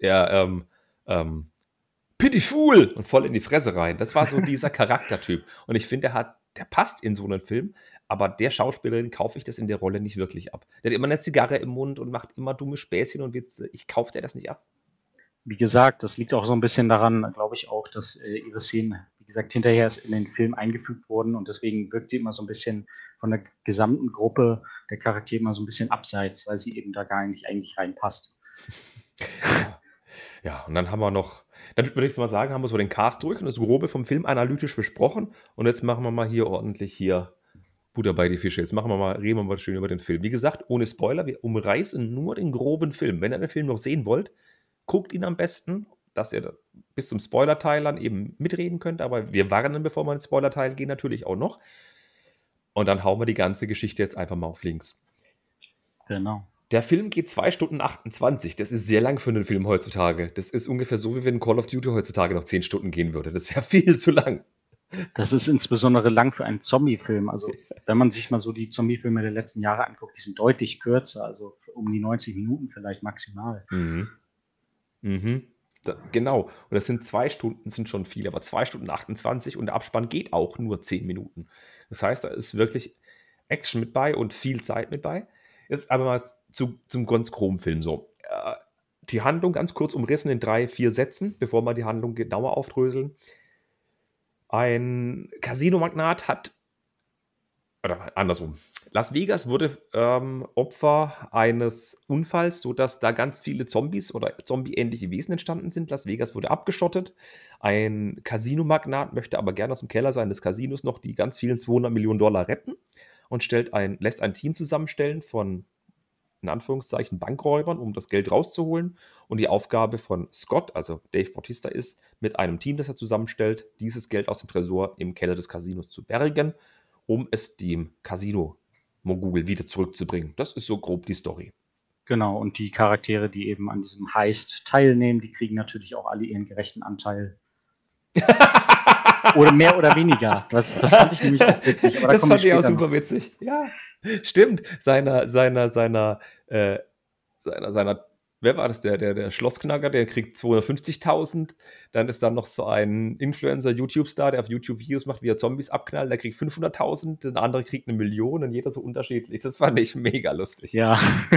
A: Pity Fool! Und voll in die Fresse rein. Das war so dieser Charaktertyp. Und ich finde, der passt in so einen Film, aber der Schauspielerin kaufe ich das in der Rolle nicht wirklich ab. Der hat immer eine Zigarre im Mund und macht immer dumme Späßchen und Witze. Ich kaufe der das nicht ab.
B: Wie gesagt, das liegt auch so ein bisschen daran, glaube ich auch, dass ihre Szenen, wie gesagt, hinterher ist in den Film eingefügt worden und deswegen wirkt sie immer so ein bisschen von der gesamten Gruppe der Charaktere immer so ein bisschen abseits, weil sie eben da gar nicht eigentlich reinpasst.
A: Ja, und dann haben wir noch, dann würde ich mal sagen, haben wir so den Cast durch und das Grobe vom Film analytisch besprochen. Und jetzt machen wir mal hier ordentlich hier Butter bei die Fische. Jetzt reden wir mal schön über den Film. Wie gesagt, ohne Spoiler, wir umreißen nur den groben Film. Wenn ihr den Film noch sehen wollt, guckt ihn am besten, dass ihr bis zum Spoiler-Teil dann eben mitreden könnt. Aber wir warnen, bevor wir in den Spoiler-Teil gehen, natürlich auch noch. Und dann hauen wir die ganze Geschichte jetzt einfach mal auf links.
B: Genau.
A: Der Film geht 2 Stunden 28. Das ist sehr lang für einen Film heutzutage. Das ist ungefähr so, wie wenn Call of Duty heutzutage noch 10 Stunden gehen würde. Das wäre viel zu lang.
B: Das ist insbesondere lang für einen Zombie-Film. Also, wenn man sich mal so die Zombie-Filme der letzten Jahre anguckt, die sind deutlich kürzer, also um die 90 Minuten vielleicht maximal.
A: Genau. Und das sind 2 Stunden, sind schon viel, aber 2 Stunden 28 und der Abspann geht auch nur 10 Minuten. Das heißt, da ist wirklich Action mit bei und viel Zeit mit bei. Jetzt aber mal zum ganz groben Film so. Die Handlung ganz kurz umrissen in 3, 4 Sätzen, bevor wir die Handlung genauer aufdröseln. Ein Casino-Magnat oder andersrum. Las Vegas wurde Opfer eines Unfalls, sodass da ganz viele Zombies oder zombie-ähnliche Wesen entstanden sind. Las Vegas wurde abgeschottet. Ein Casino-Magnat möchte aber gerne aus dem Keller seines Casinos noch die ganz vielen $200 Millionen retten und lässt ein Team zusammenstellen von, in Anführungszeichen, Bankräubern, um das Geld rauszuholen. Und die Aufgabe von Scott, also Dave Bautista, ist, mit einem Team, das er zusammenstellt, dieses Geld aus dem Tresor im Keller des Casinos zu bergen, um es dem Casino-Mogul wieder zurückzubringen. Das ist so grob die Story.
B: Genau, und die Charaktere, die eben an diesem Heist teilnehmen, die kriegen natürlich auch alle ihren gerechten Anteil. Oder mehr oder weniger. Das fand ich nämlich auch witzig. Aber
A: das fand ich auch super witzig. Ja, stimmt. Seiner, wer war das? Der Schlossknacker, der kriegt 250.000. Dann ist dann noch so ein Influencer, YouTube-Star, der auf YouTube Videos macht, wie er Zombies abknallt. Der kriegt 500.000, ein anderer kriegt 1 Million und jeder so unterschiedlich. Das fand ich mega lustig.
B: Ja.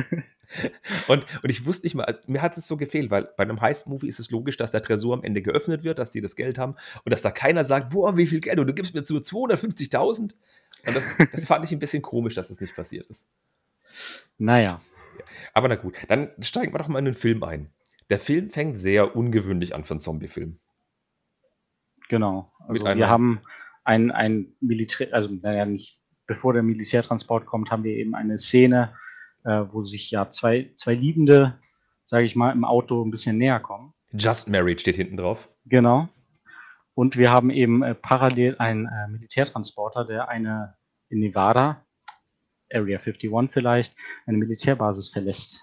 A: Und ich wusste nicht mal, mir hat es so gefehlt, weil bei einem Heist-Movie ist es logisch, dass der Tresor am Ende geöffnet wird, dass die das Geld haben und dass da keiner sagt, boah, wie viel Geld, und du gibst mir zu 250.000. Und das fand ich ein bisschen komisch, dass das nicht passiert ist.
B: Naja.
A: Aber na gut, dann steigen wir doch mal in den Film ein. Der Film fängt sehr ungewöhnlich an für einen Zombie-Film.
B: Genau. Also wir haben ein Militär, also naja, nicht bevor der Militärtransport kommt, haben wir eben eine Szene, wo sich ja zwei Liebende, sage ich mal, im Auto ein bisschen näher kommen.
A: Just Married steht hinten drauf.
B: Genau. Und wir haben eben parallel einen Militärtransporter, der in Nevada, Area 51 vielleicht, eine Militärbasis verlässt.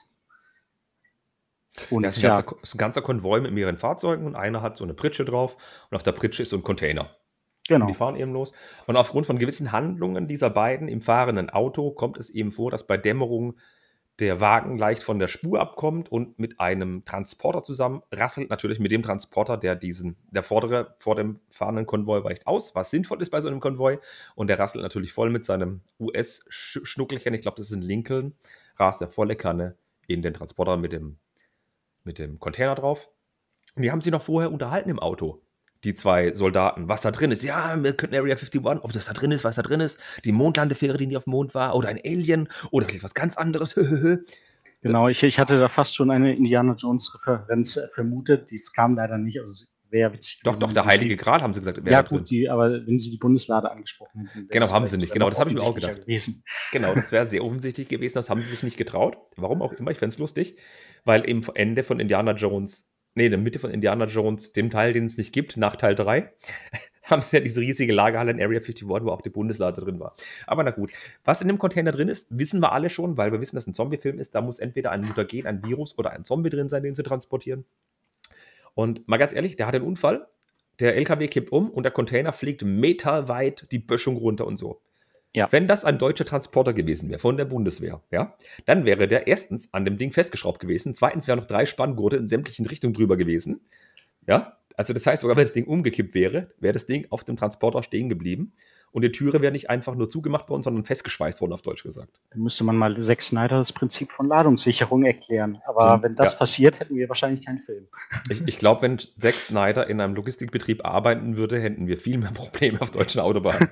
A: Und das ist ein ganzer Konvoi mit mehreren Fahrzeugen und einer hat so eine Pritsche drauf und auf der Pritsche ist so ein Container.
B: Genau.
A: Und die fahren eben los. Und aufgrund von gewissen Handlungen dieser beiden im fahrenden Auto kommt es eben vor, dass bei Dämmerung der Wagen leicht von der Spur abkommt und mit einem Transporter zusammen rasselt natürlich mit dem Transporter, der vordere vor dem fahrenden Konvoi weicht aus, was sinnvoll ist bei so einem Konvoi. Und der rasselt natürlich voll mit seinem US-Schnuckelchen, ich glaube, das ist ein Lincoln, rast der volle Kanne in den Transporter mit dem Container drauf. Und die haben sich noch vorher unterhalten im Auto, die 2 Soldaten, was da drin ist. Ja, wir könnten Area 51, ob das da drin ist, was da drin ist. Die Mondlandefähre, die nie auf dem Mond war. Oder ein Alien. Oder vielleicht was ganz anderes.
B: Genau, ich hatte da fast schon eine Indiana Jones-Referenz vermutet. Dies kam leider nicht. Also wäre witzig.
A: Doch, der Heilige Gral, haben sie gesagt.
B: Ja, gut, aber wenn sie die Bundeslade angesprochen hätten.
A: Genau, haben sie nicht. Genau, das habe ich mir auch gedacht.
B: Gewesen.
A: Genau, das wäre sehr offensichtlich gewesen. Das haben sie sich nicht getraut. Warum auch immer, ich fände es lustig. Weil im Ende von Indiana Jones, in der Mitte von Indiana Jones, dem Teil, den es nicht gibt, nach Teil 3, haben sie ja diese riesige Lagerhalle in Area 51, wo auch die Bundeslade drin war. Aber na gut, was in dem Container drin ist, wissen wir alle schon, weil wir wissen, dass ein Zombie-Film ist. Da muss entweder ein Mutagen, ein Virus oder ein Zombie drin sein, den sie transportieren. Und mal ganz ehrlich, der hat einen Unfall, der LKW kippt um und der Container fliegt meterweit die Böschung runter und so. Ja. Wenn das ein deutscher Transporter gewesen wäre von der Bundeswehr, ja, dann wäre der erstens an dem Ding festgeschraubt gewesen, zweitens wären noch 3 Spanngurte in sämtlichen Richtungen drüber gewesen. Ja, also das heißt, sogar wenn das Ding umgekippt wäre, wäre das Ding auf dem Transporter stehen geblieben Und die Türe wäre nicht einfach nur zugemacht worden, sondern festgeschweißt worden, auf Deutsch gesagt.
B: Dann müsste man mal Zack Snyder das Prinzip von Ladungssicherung erklären. Aber wenn das passiert, hätten wir wahrscheinlich keinen Film.
A: Ich glaube, wenn Zack Snyder in einem Logistikbetrieb arbeiten würde, hätten wir viel mehr Probleme auf deutschen Autobahnen.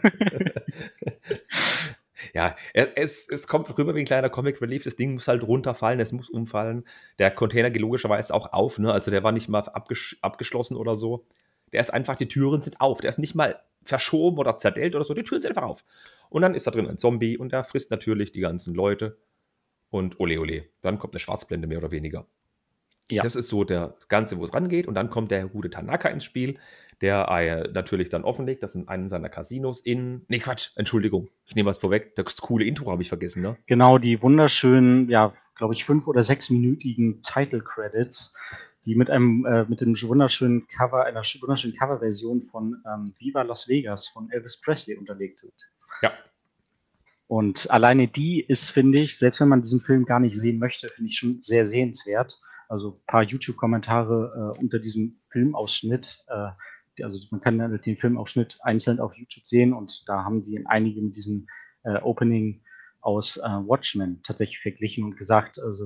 A: Ja, es kommt rüber wie ein kleiner Comic Relief. Das Ding muss halt runterfallen, es muss umfallen. Der Container geht logischerweise auch auf, ne? Also der war nicht mal abgeschlossen oder so. Der ist einfach, die Türen sind auf. Der ist nicht mal verschoben oder zerdellt oder so. Die Türen sind einfach auf. Und dann ist da drin ein Zombie und der frisst natürlich die ganzen Leute. Und ole ole. Dann kommt eine Schwarzblende mehr oder weniger. Ja. Das ist so der Ganze, wo es rangeht. Und dann kommt der gute Tanaka ins Spiel, der natürlich dann offenlegt, dass in einem seiner Casinos Nee, Quatsch, Entschuldigung. Ich nehme was vorweg. Das coole Intro habe ich vergessen, ne?
B: Genau, die wunderschönen, ja, glaube ich, 5- oder 6-minütigen Title Credits, die mit dem wunderschönen Cover, einer wunderschönen Coverversion von Viva Las Vegas von Elvis Presley unterlegt sind.
A: Ja.
B: Und alleine die ist, finde ich, selbst wenn man diesen Film gar nicht sehen möchte, finde ich schon sehr sehenswert. Also ein paar YouTube-Kommentare unter diesem Filmausschnitt. Also man kann den Filmausschnitt einzeln auf YouTube sehen und da haben die einige mit diesem Opening aus Watchmen tatsächlich verglichen und gesagt, also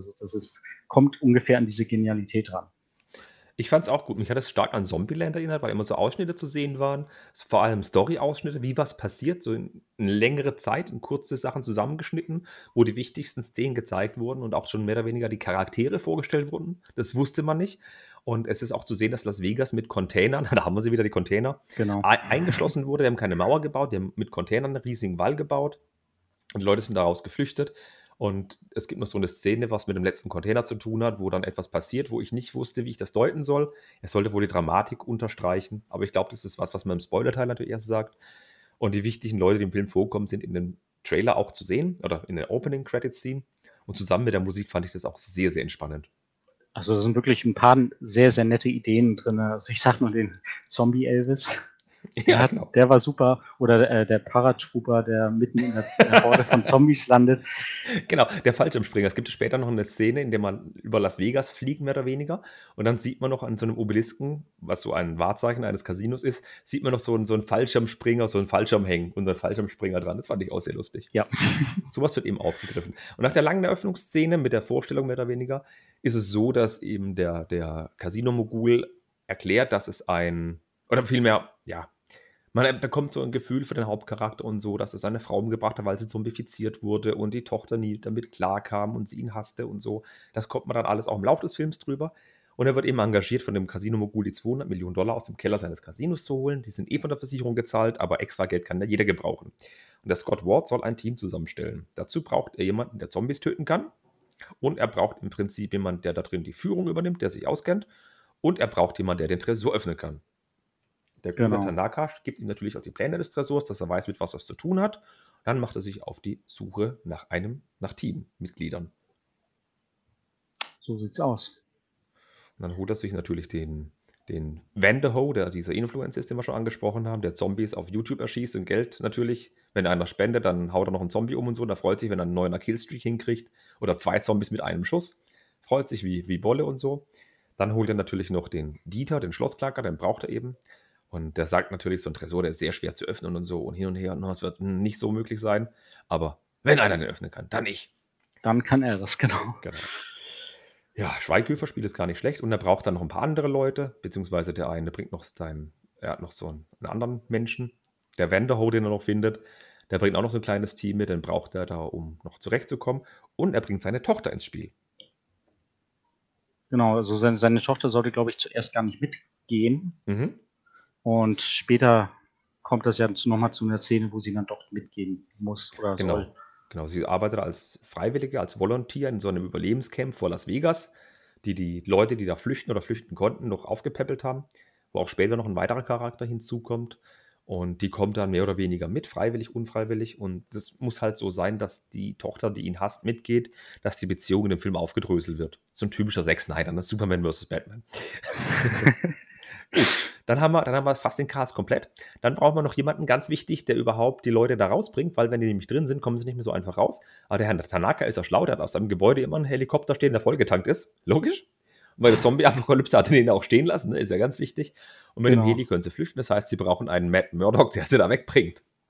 B: kommt ungefähr an diese Genialität ran.
A: Ich fand es auch gut. Mich hat es stark an Zombieland erinnert, weil immer so Ausschnitte zu sehen waren. Vor allem Story-Ausschnitte, wie was passiert, so in längere Zeit, in kurze Sachen zusammengeschnitten, wo die wichtigsten Szenen gezeigt wurden und auch schon mehr oder weniger die Charaktere vorgestellt wurden. Das wusste man nicht. Und es ist auch zu sehen, dass Las Vegas mit Containern, da haben wir sie wieder, die Container,
B: genau,
A: eingeschlossen wurde. Die haben keine Mauer gebaut, die haben mit Containern einen riesigen Wall gebaut. Und die Leute sind daraus geflüchtet. Und es gibt noch so eine Szene, was mit dem letzten Container zu tun hat, wo dann etwas passiert, wo ich nicht wusste, wie ich das deuten soll. Es sollte wohl die Dramatik unterstreichen, aber ich glaube, das ist was man im Spoiler-Teil natürlich erst sagt. Und die wichtigen Leute, die im Film vorkommen, sind in dem Trailer auch zu sehen oder in der Opening-Credits-Scene. Und zusammen mit der Musik fand ich das auch sehr, sehr entspannend.
B: Also da sind wirklich ein paar sehr, sehr nette Ideen drin. Also ich sag nur den Zombie-Elvis.
A: Ja, genau.
B: Der war super. Oder der Paratrooper, der mitten in der Horde von Zombies landet.
A: Genau, der Fallschirmspringer. Es gibt später noch eine Szene, in der man über Las Vegas fliegt, mehr oder weniger. Und dann sieht man noch an so einem Obelisken, was so ein Wahrzeichen eines Casinos ist, sieht man noch so einen Fallschirmspringer, so einen Fallschirm hängen und einen Fallschirmspringer dran. Das fand ich auch sehr lustig.
B: Ja.
A: Sowas wird eben aufgegriffen. Und nach der langen Eröffnungsszene mit der Vorstellung mehr oder weniger ist es so, dass eben der Casino-Mogul erklärt, dass es oder vielmehr, ja, man bekommt so ein Gefühl für den Hauptcharakter und so, dass es seine Frau umgebracht hat, weil sie zombifiziert wurde und die Tochter nie damit klarkam und sie ihn hasste und so. Das kommt man dann alles auch im Laufe des Films drüber. Und er wird eben engagiert von dem Casino-Mogul, die $200 Millionen aus dem Keller seines Casinos zu holen. Die sind von der Versicherung gezahlt, aber extra Geld kann ja jeder gebrauchen. Und der Scott Ward soll ein Team zusammenstellen. Dazu braucht er jemanden, der Zombies töten kann. Und er braucht im Prinzip jemanden, der da drin die Führung übernimmt, der sich auskennt. Und er braucht jemanden, der den Tresor öffnen kann. Der gute Tanaka gibt ihm natürlich auch die Pläne des Tresors, dass er weiß, mit was er es zu tun hat. Dann macht er sich auf die Suche nach Teammitgliedern.
B: So sieht's aus.
A: Und dann holt er sich natürlich den Vanderho, der dieser Influencer ist, den wir schon angesprochen haben, der Zombies auf YouTube erschießt und Geld natürlich. Wenn einer spendet, dann haut er noch einen Zombie um und so. Und er freut sich, wenn er einen 9er Killstreak hinkriegt. Oder 2 Zombies mit einem Schuss. Freut sich wie Bolle und so. Dann holt er natürlich noch den Dieter, den Schlossknacker, den braucht er eben. Und der sagt natürlich, so ein Tresor, der ist sehr schwer zu öffnen und so und hin und her. Und es wird nicht so möglich sein. Aber wenn einer den öffnen kann, dann ich.
B: Dann kann er das, genau.
A: Ja, Schweighöfer spielt es gar nicht schlecht. Und er braucht dann noch ein paar andere Leute. Beziehungsweise der eine bringt noch er hat noch so einen anderen Menschen. Der Vanderho, den er noch findet. Der bringt auch noch so ein kleines Team mit. Den braucht er da, um noch zurechtzukommen. Und er bringt seine Tochter ins Spiel.
B: Genau, also seine Tochter sollte, glaube ich, zuerst gar nicht mitgehen. Mhm. Und später kommt das ja nochmal zu einer Szene, wo sie dann doch mitgehen muss oder soll.
A: Genau, sie arbeitet als Freiwillige, als Volunteer in so einem Überlebenscamp vor Las Vegas, die Leute, die da flüchten oder flüchten konnten, noch aufgepäppelt haben, wo auch später noch ein weiterer Charakter hinzukommt. Und die kommt dann mehr oder weniger mit, freiwillig, unfreiwillig. Und das muss halt so sein, dass die Tochter, die ihn hasst, mitgeht, dass die Beziehung in dem Film aufgedröselt wird. So ein typischer Zack Snyder, ne? Superman vs. Batman. Gut, dann haben wir fast den Cast komplett. Dann brauchen wir noch jemanden ganz wichtig, der überhaupt die Leute da rausbringt, weil wenn die nämlich drin sind, kommen sie nicht mehr so einfach raus. Aber der Herr Tanaka ist ja schlau, der hat auf seinem Gebäude immer einen Helikopter stehen, der vollgetankt ist. Logisch. Und bei der Zombie-Apokalypse hat er den auch stehen lassen, ne? Ist ja ganz wichtig. Und mit dem Heli können sie flüchten, das heißt, sie brauchen einen Matt Murdock, der sie da wegbringt.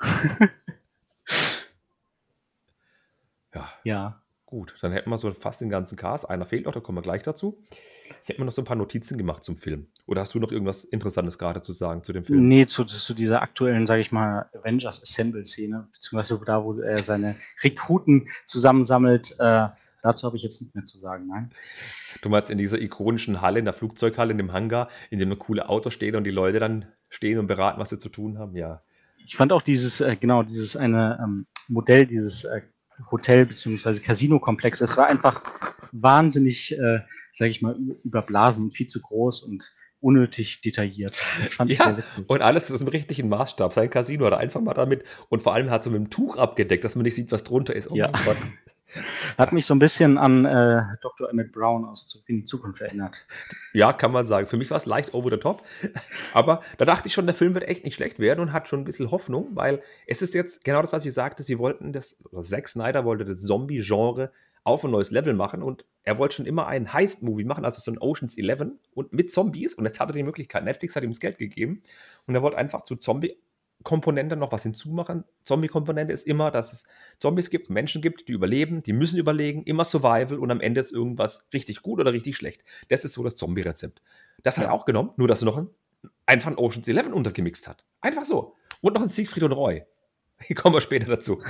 A: Ja,
B: Ja.
A: gut. Dann hätten wir so fast den ganzen Cast. Einer fehlt noch, da kommen wir gleich dazu. Ich hätte mir noch so ein paar Notizen gemacht zum Film. Oder hast du noch irgendwas Interessantes gerade zu sagen zu dem Film?
B: Nee, zu dieser aktuellen, sage ich mal, Avengers Assemble-Szene, beziehungsweise da, wo er seine Rekruten zusammensammelt, dazu habe ich jetzt nicht mehr zu sagen, nein.
A: Du meinst in dieser ikonischen Halle, in der Flugzeughalle, in dem Hangar, in dem nur coole Autos stehen und die Leute dann stehen und beraten, was sie zu tun haben? Ja.
B: Ich fand auch dieses eine Modell, dieses Hotel- bzw. Casino-Komplex, es war einfach wahnsinnig, sage ich mal, überblasen und viel zu groß und unnötig detailliert. Das fand ich sehr
A: Ja,
B: witzig.
A: und alles ist im richtigen Maßstab. Sein Casino hat er einfach mal damit und vor allem hat so mit dem Tuch abgedeckt, dass man nicht sieht, was drunter ist. Oh
B: Ja.
A: mein Gott.
B: Hat mich so ein bisschen an Dr. Emmett Brown aus Zurück in die Zukunft erinnert.
A: Ja, kann man sagen. Für mich war es leicht over the top. Aber da dachte ich schon, der Film wird echt nicht schlecht werden und hat schon ein bisschen Hoffnung, weil es ist jetzt genau das, was ich sagte. Sie wollten oder Zack Snyder wollte das Zombie-Genre auf ein neues Level machen und er wollte schon immer einen Heist-Movie machen, also so ein Ocean's 11 und mit Zombies. Und jetzt hat er die Möglichkeit. Netflix hat ihm das Geld gegeben und er wollte einfach zu Zombie-Komponente noch was hinzumachen. Zombie-Komponente ist immer, dass es Zombies gibt, Menschen gibt, die überleben, die müssen überlegen, immer Survival und am Ende ist irgendwas richtig gut oder richtig schlecht. Das ist so das Zombie-Rezept. Das hat er
B: Ja.
A: auch genommen, nur dass er noch einfach ein Ocean's 11 untergemixt hat. Einfach so. Und noch ein Siegfried und Roy. Hier kommen wir später dazu.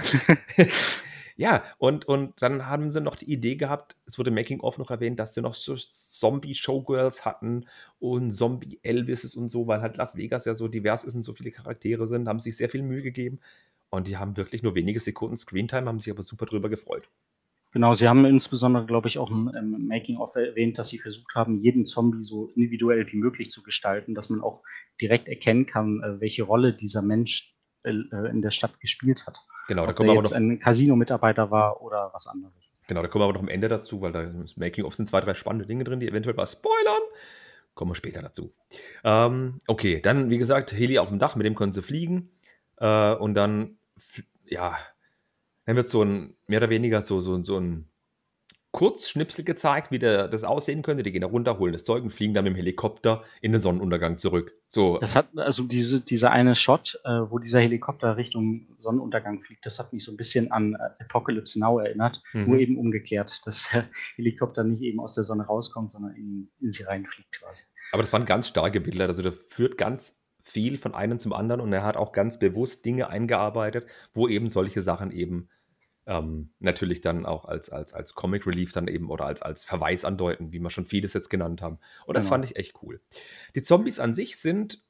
A: Ja, und dann haben sie noch die Idee gehabt, es wurde im Making-of noch erwähnt, dass sie noch so Zombie-Showgirls hatten und Zombie-Elvises und so, weil halt Las Vegas ja so divers ist und so viele Charaktere sind, haben sich sehr viel Mühe gegeben. Und die haben wirklich nur wenige Sekunden Screentime, haben sich aber super drüber gefreut.
B: Genau, sie haben insbesondere, glaube ich, auch im Making-of erwähnt, dass sie versucht haben, jeden Zombie so individuell wie möglich zu gestalten, dass man auch direkt erkennen kann, welche Rolle dieser Mensch in der Stadt gespielt hat.
A: Genau, da
B: Ob
A: kommen
B: der
A: wir aber
B: jetzt
A: noch,
B: ein Casino-Mitarbeiter war oder was anderes.
A: genau, da kommen wir aber noch am Ende dazu, weil da im Making-of sind 2, 3 spannende Dinge drin, die eventuell was spoilern. Kommen wir später dazu. Okay, dann, wie gesagt, Heli auf dem Dach, mit dem können sie fliegen. Und dann, ja, dann wird so ein, mehr oder weniger so ein Kurzschnipsel gezeigt, wie das aussehen könnte. Die gehen da runter, holen das Zeug und fliegen dann mit dem Helikopter in den Sonnenuntergang zurück. So,
B: Das hat, also dieser eine Shot, wo dieser Helikopter Richtung Sonnenuntergang fliegt, das hat mich so ein bisschen an Apocalypse Now erinnert, nur eben umgekehrt, dass der Helikopter nicht eben aus der Sonne rauskommt, sondern in sie reinfliegt quasi.
A: aber das waren ganz starke Bilder. Also der führt ganz viel von einem zum anderen und er hat auch ganz bewusst Dinge eingearbeitet, wo eben solche Sachen eben natürlich dann auch als Comic Relief dann eben oder als Verweis andeuten, wie wir schon vieles jetzt genannt haben. Und das
B: Genau.
A: fand ich echt cool. Die Zombies an sich sind,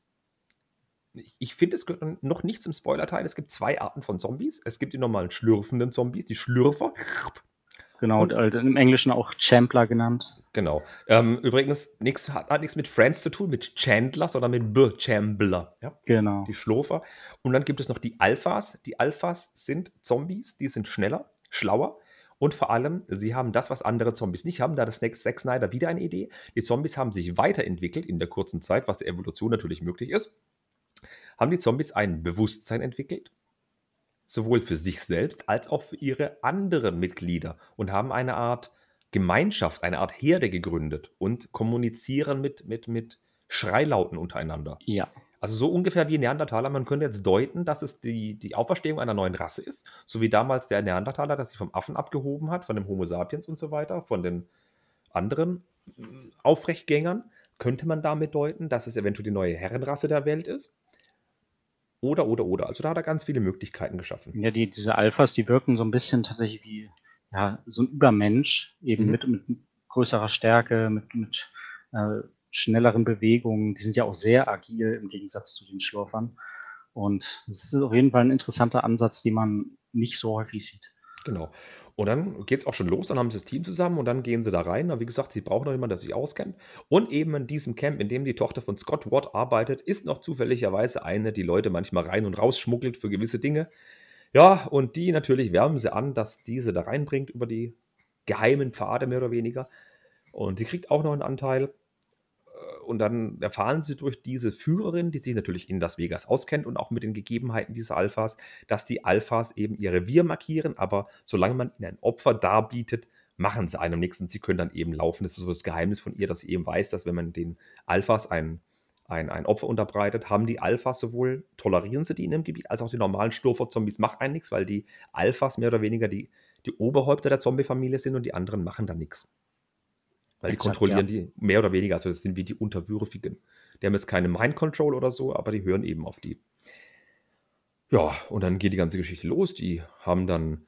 A: ich finde, es gehört noch nicht zum Spoiler-Teil. Es gibt 2 Arten von Zombies. Es gibt die normalen schlürfenden Zombies, die Schlürfer.
B: Genau,
A: Und
B: im Englischen auch Champler genannt.
A: genau. Übrigens, hat nichts mit Friends zu tun, mit Chandler, sondern mit B-Chambler. Ja?
B: Genau.
A: Die Schlurfer. Und dann gibt es noch die Alphas. Die Alphas sind Zombies, die sind schneller, schlauer und vor allem, sie haben das, was andere Zombies nicht haben. Da hat Zack Snyder wieder eine Idee. Die Zombies haben sich weiterentwickelt in der kurzen Zeit, was der Evolution natürlich möglich ist. Haben die Zombies ein Bewusstsein entwickelt, sowohl für sich selbst als auch für ihre anderen Mitglieder und haben eine Art Gemeinschaft, eine Art Herde gegründet und kommunizieren mit Schreilauten untereinander.
B: Ja.
A: Also so ungefähr wie Neandertaler. Man könnte jetzt deuten, dass es die Auferstehung einer neuen Rasse ist, so wie damals der Neandertaler, der sich vom Affen abgehoben hat, von dem Homo sapiens und so weiter, von den anderen Aufrechtgängern, könnte man damit deuten, dass es eventuell die neue Herrenrasse der Welt ist. Oder. Also da hat er ganz viele Möglichkeiten geschaffen.
B: Ja, diese Alphas, die wirken so ein bisschen tatsächlich wie so ein Übermensch, eben mit größerer Stärke, mit schnelleren Bewegungen. Die sind ja auch sehr agil im Gegensatz zu den Schlurfern. Und es ist auf jeden Fall ein interessanter Ansatz, den man nicht so häufig sieht.
A: Genau. Und dann geht es auch schon los, dann haben sie das Team zusammen und dann gehen sie da rein. Aber wie gesagt, sie brauchen noch jemanden, der sich auskennt. Und eben in diesem Camp, in dem die Tochter von Scott Watt arbeitet, ist noch zufälligerweise eine, die Leute manchmal rein und raus schmuggelt für gewisse Dinge. Ja, und die natürlich wärmen sie an, dass diese da reinbringt über die geheimen Pfade mehr oder weniger. Und sie kriegt auch noch einen Anteil. Und dann erfahren sie durch diese Führerin, die sich natürlich in Las Vegas auskennt und auch mit den Gegebenheiten dieser Alphas, dass die Alphas eben ihr Revier markieren, aber solange man ihnen ein Opfer darbietet, machen sie einem nichts und sie können dann eben laufen. Das ist so das Geheimnis von ihr, dass sie eben weiß, dass wenn man den Alphas ein ein Opfer unterbreitet, haben die Alphas sowohl, tolerieren sie die in dem Gebiet, als auch die normalen Sturfer-Zombies macht einen nichts, weil die Alphas mehr oder weniger die Oberhäupter der Zombie-Familie sind und die anderen machen da nichts. Weil die
B: Exakt,
A: kontrollieren
B: ja.
A: die mehr oder weniger, also das sind wie die Unterwürfigen. Die haben jetzt keine Mind-Control oder so, aber die hören eben auf die. Ja, und dann geht die ganze Geschichte los. Die haben dann,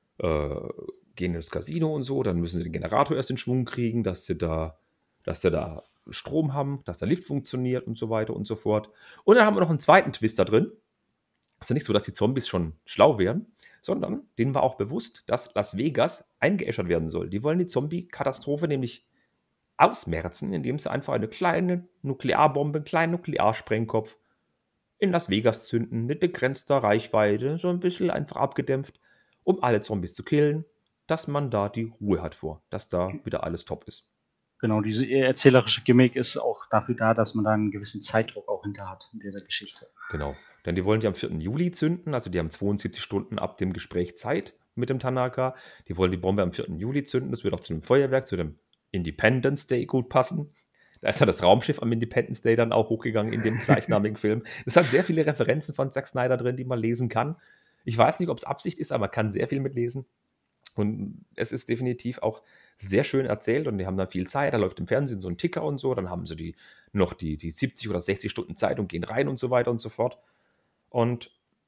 A: gehen ins Casino und so, dann müssen sie den Generator erst in Schwung kriegen, dass sie da Strom haben, dass der Lift funktioniert und so weiter und so fort. Und dann haben wir noch einen zweiten Twist da drin. Es ist ja nicht so, dass die Zombies schon schlau werden, sondern denen war auch bewusst, dass Las Vegas eingeäschert werden soll. Die wollen die Zombie-Katastrophe nämlich ausmerzen, indem sie einfach eine kleine Nuklearbombe, einen kleinen Nuklearsprengkopf in Las Vegas zünden, mit begrenzter Reichweite, so ein bisschen einfach abgedämpft, um alle Zombies zu killen, dass man da die Ruhe hat vor, dass da wieder alles top ist.
B: Genau, diese erzählerische Gimmick ist auch dafür da, dass man da einen gewissen Zeitdruck auch hinter hat in dieser Geschichte.
A: Genau, denn die wollen die am 4. Juli zünden, also die haben 72 Stunden ab dem Gespräch Zeit mit dem Tanaka. Die wollen die Bombe am 4. Juli zünden, das wird auch zu dem Feuerwerk, zu dem Independence Day gut passen. Da ist ja das Raumschiff am Independence Day dann auch hochgegangen in dem gleichnamigen Film. Es hat sehr viele Referenzen von Zack Snyder drin, die man lesen kann. Ich weiß nicht, ob es Absicht ist, aber man kann sehr viel mitlesen. Und es ist definitiv auch sehr schön erzählt und die haben dann viel Zeit. Da läuft im Fernsehen so ein Ticker und so. Dann haben sie noch die 70 oder 60 Stunden Zeit und gehen rein und so weiter und so fort. Und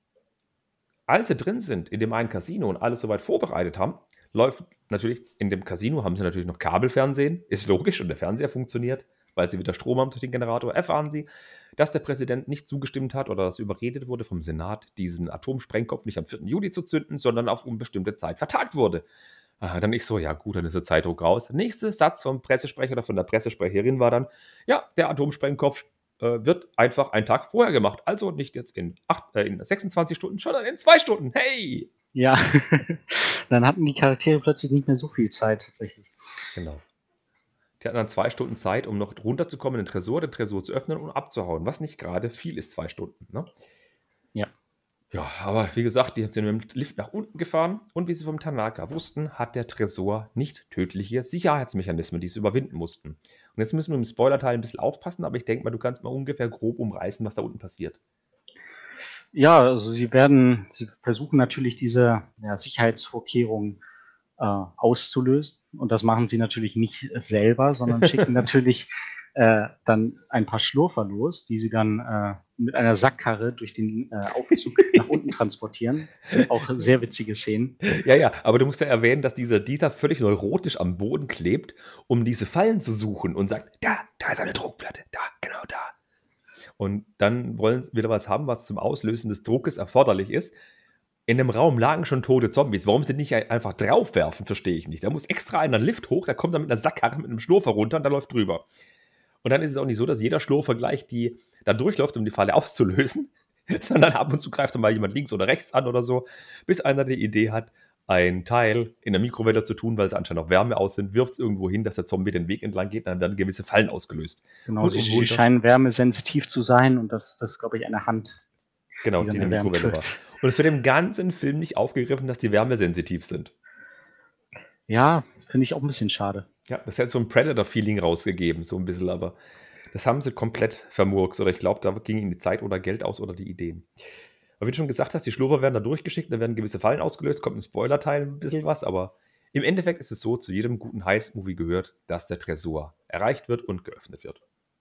A: als sie drin sind in dem einen Casino und alles soweit vorbereitet haben, läuft natürlich in dem Casino, haben sie natürlich noch Kabelfernsehen. Ist logisch und der Fernseher funktioniert, weil sie wieder Strom haben durch den Generator. Erfahren sie, dass der Präsident nicht zugestimmt hat oder dass überredet wurde vom Senat, diesen Atomsprengkopf nicht am 4. Juli zu zünden, sondern auf unbestimmte Zeit vertagt wurde. Dann ich so, ja gut, dann ist der Zeitdruck raus. Der nächste Satz vom Pressesprecher oder von der Pressesprecherin war dann, ja, der Atomsprengkopf wird einfach einen Tag vorher gemacht. Also nicht jetzt in 26 Stunden, sondern in 2 Stunden. Hey!
B: Ja, dann hatten die Charaktere plötzlich nicht mehr so viel Zeit tatsächlich.
A: Genau. Die hatten dann 2 Stunden Zeit, um noch runterzukommen, den Tresor zu öffnen und abzuhauen, was nicht gerade viel ist, 2 Stunden. Ne?
B: Ja.
A: Ja, aber wie gesagt, die sind mit dem Lift nach unten gefahren und wie sie vom Tanaka wussten, hat der Tresor nicht tödliche Sicherheitsmechanismen, die sie überwinden mussten. Und jetzt müssen wir im Spoilerteil ein bisschen aufpassen, aber ich denke mal, du kannst mal ungefähr grob umreißen, was da unten passiert.
B: Ja, also sie versuchen natürlich diese Sicherheitsvorkehrungen auszulösen. Und das machen sie natürlich nicht selber, sondern schicken natürlich dann ein paar Schlurfer los, die sie dann mit einer Sackkarre durch den Aufzug nach unten transportieren. Auch sehr witzige Szenen.
A: Ja, aber du musst ja erwähnen, dass dieser Dieter völlig neurotisch am Boden klebt, um diese Fallen zu suchen und sagt, da ist eine Druckplatte, da, genau da. Und dann wollen sie wieder was haben, was zum Auslösen des Druckes erforderlich ist. In dem Raum lagen schon tote Zombies. Warum sie nicht einfach draufwerfen, verstehe ich nicht. Da muss extra einer Lift hoch, der kommt dann mit einer Sackkarre, mit einem Schlurfer runter und der läuft drüber. Und dann ist es auch nicht so, dass jeder Schlurfer gleich da durchläuft, um die Falle auszulösen, sondern ab und zu greift dann mal jemand links oder rechts an oder so, bis einer die Idee hat, ein Teil in der Mikrowelle zu tun, weil es anscheinend auch Wärme aus sind, wirft es irgendwo hin, dass der Zombie den Weg entlang geht, dann werden gewisse Fallen ausgelöst.
B: Genau, sie scheinen wärmesensitiv zu sein und das ist, glaube ich, eine Hand.
A: Genau, die in der Mikrowelle war. Und es wird im ganzen Film nicht aufgegriffen, dass die wärmesensitiv sind.
B: Ja, finde ich auch ein bisschen schade.
A: Ja, das hätte so ein Predator-Feeling rausgegeben, so ein bisschen, aber das haben sie komplett vermurkst. Oder ich glaube, da ging ihnen die Zeit oder Geld aus oder die Ideen. Aber wie du schon gesagt hast, die Schlurfer werden da durchgeschickt, da werden gewisse Fallen ausgelöst, kommt im Spoilerteil ein bisschen was, aber im Endeffekt ist es so, zu jedem guten Heist-Movie gehört, dass der Tresor erreicht wird und geöffnet wird.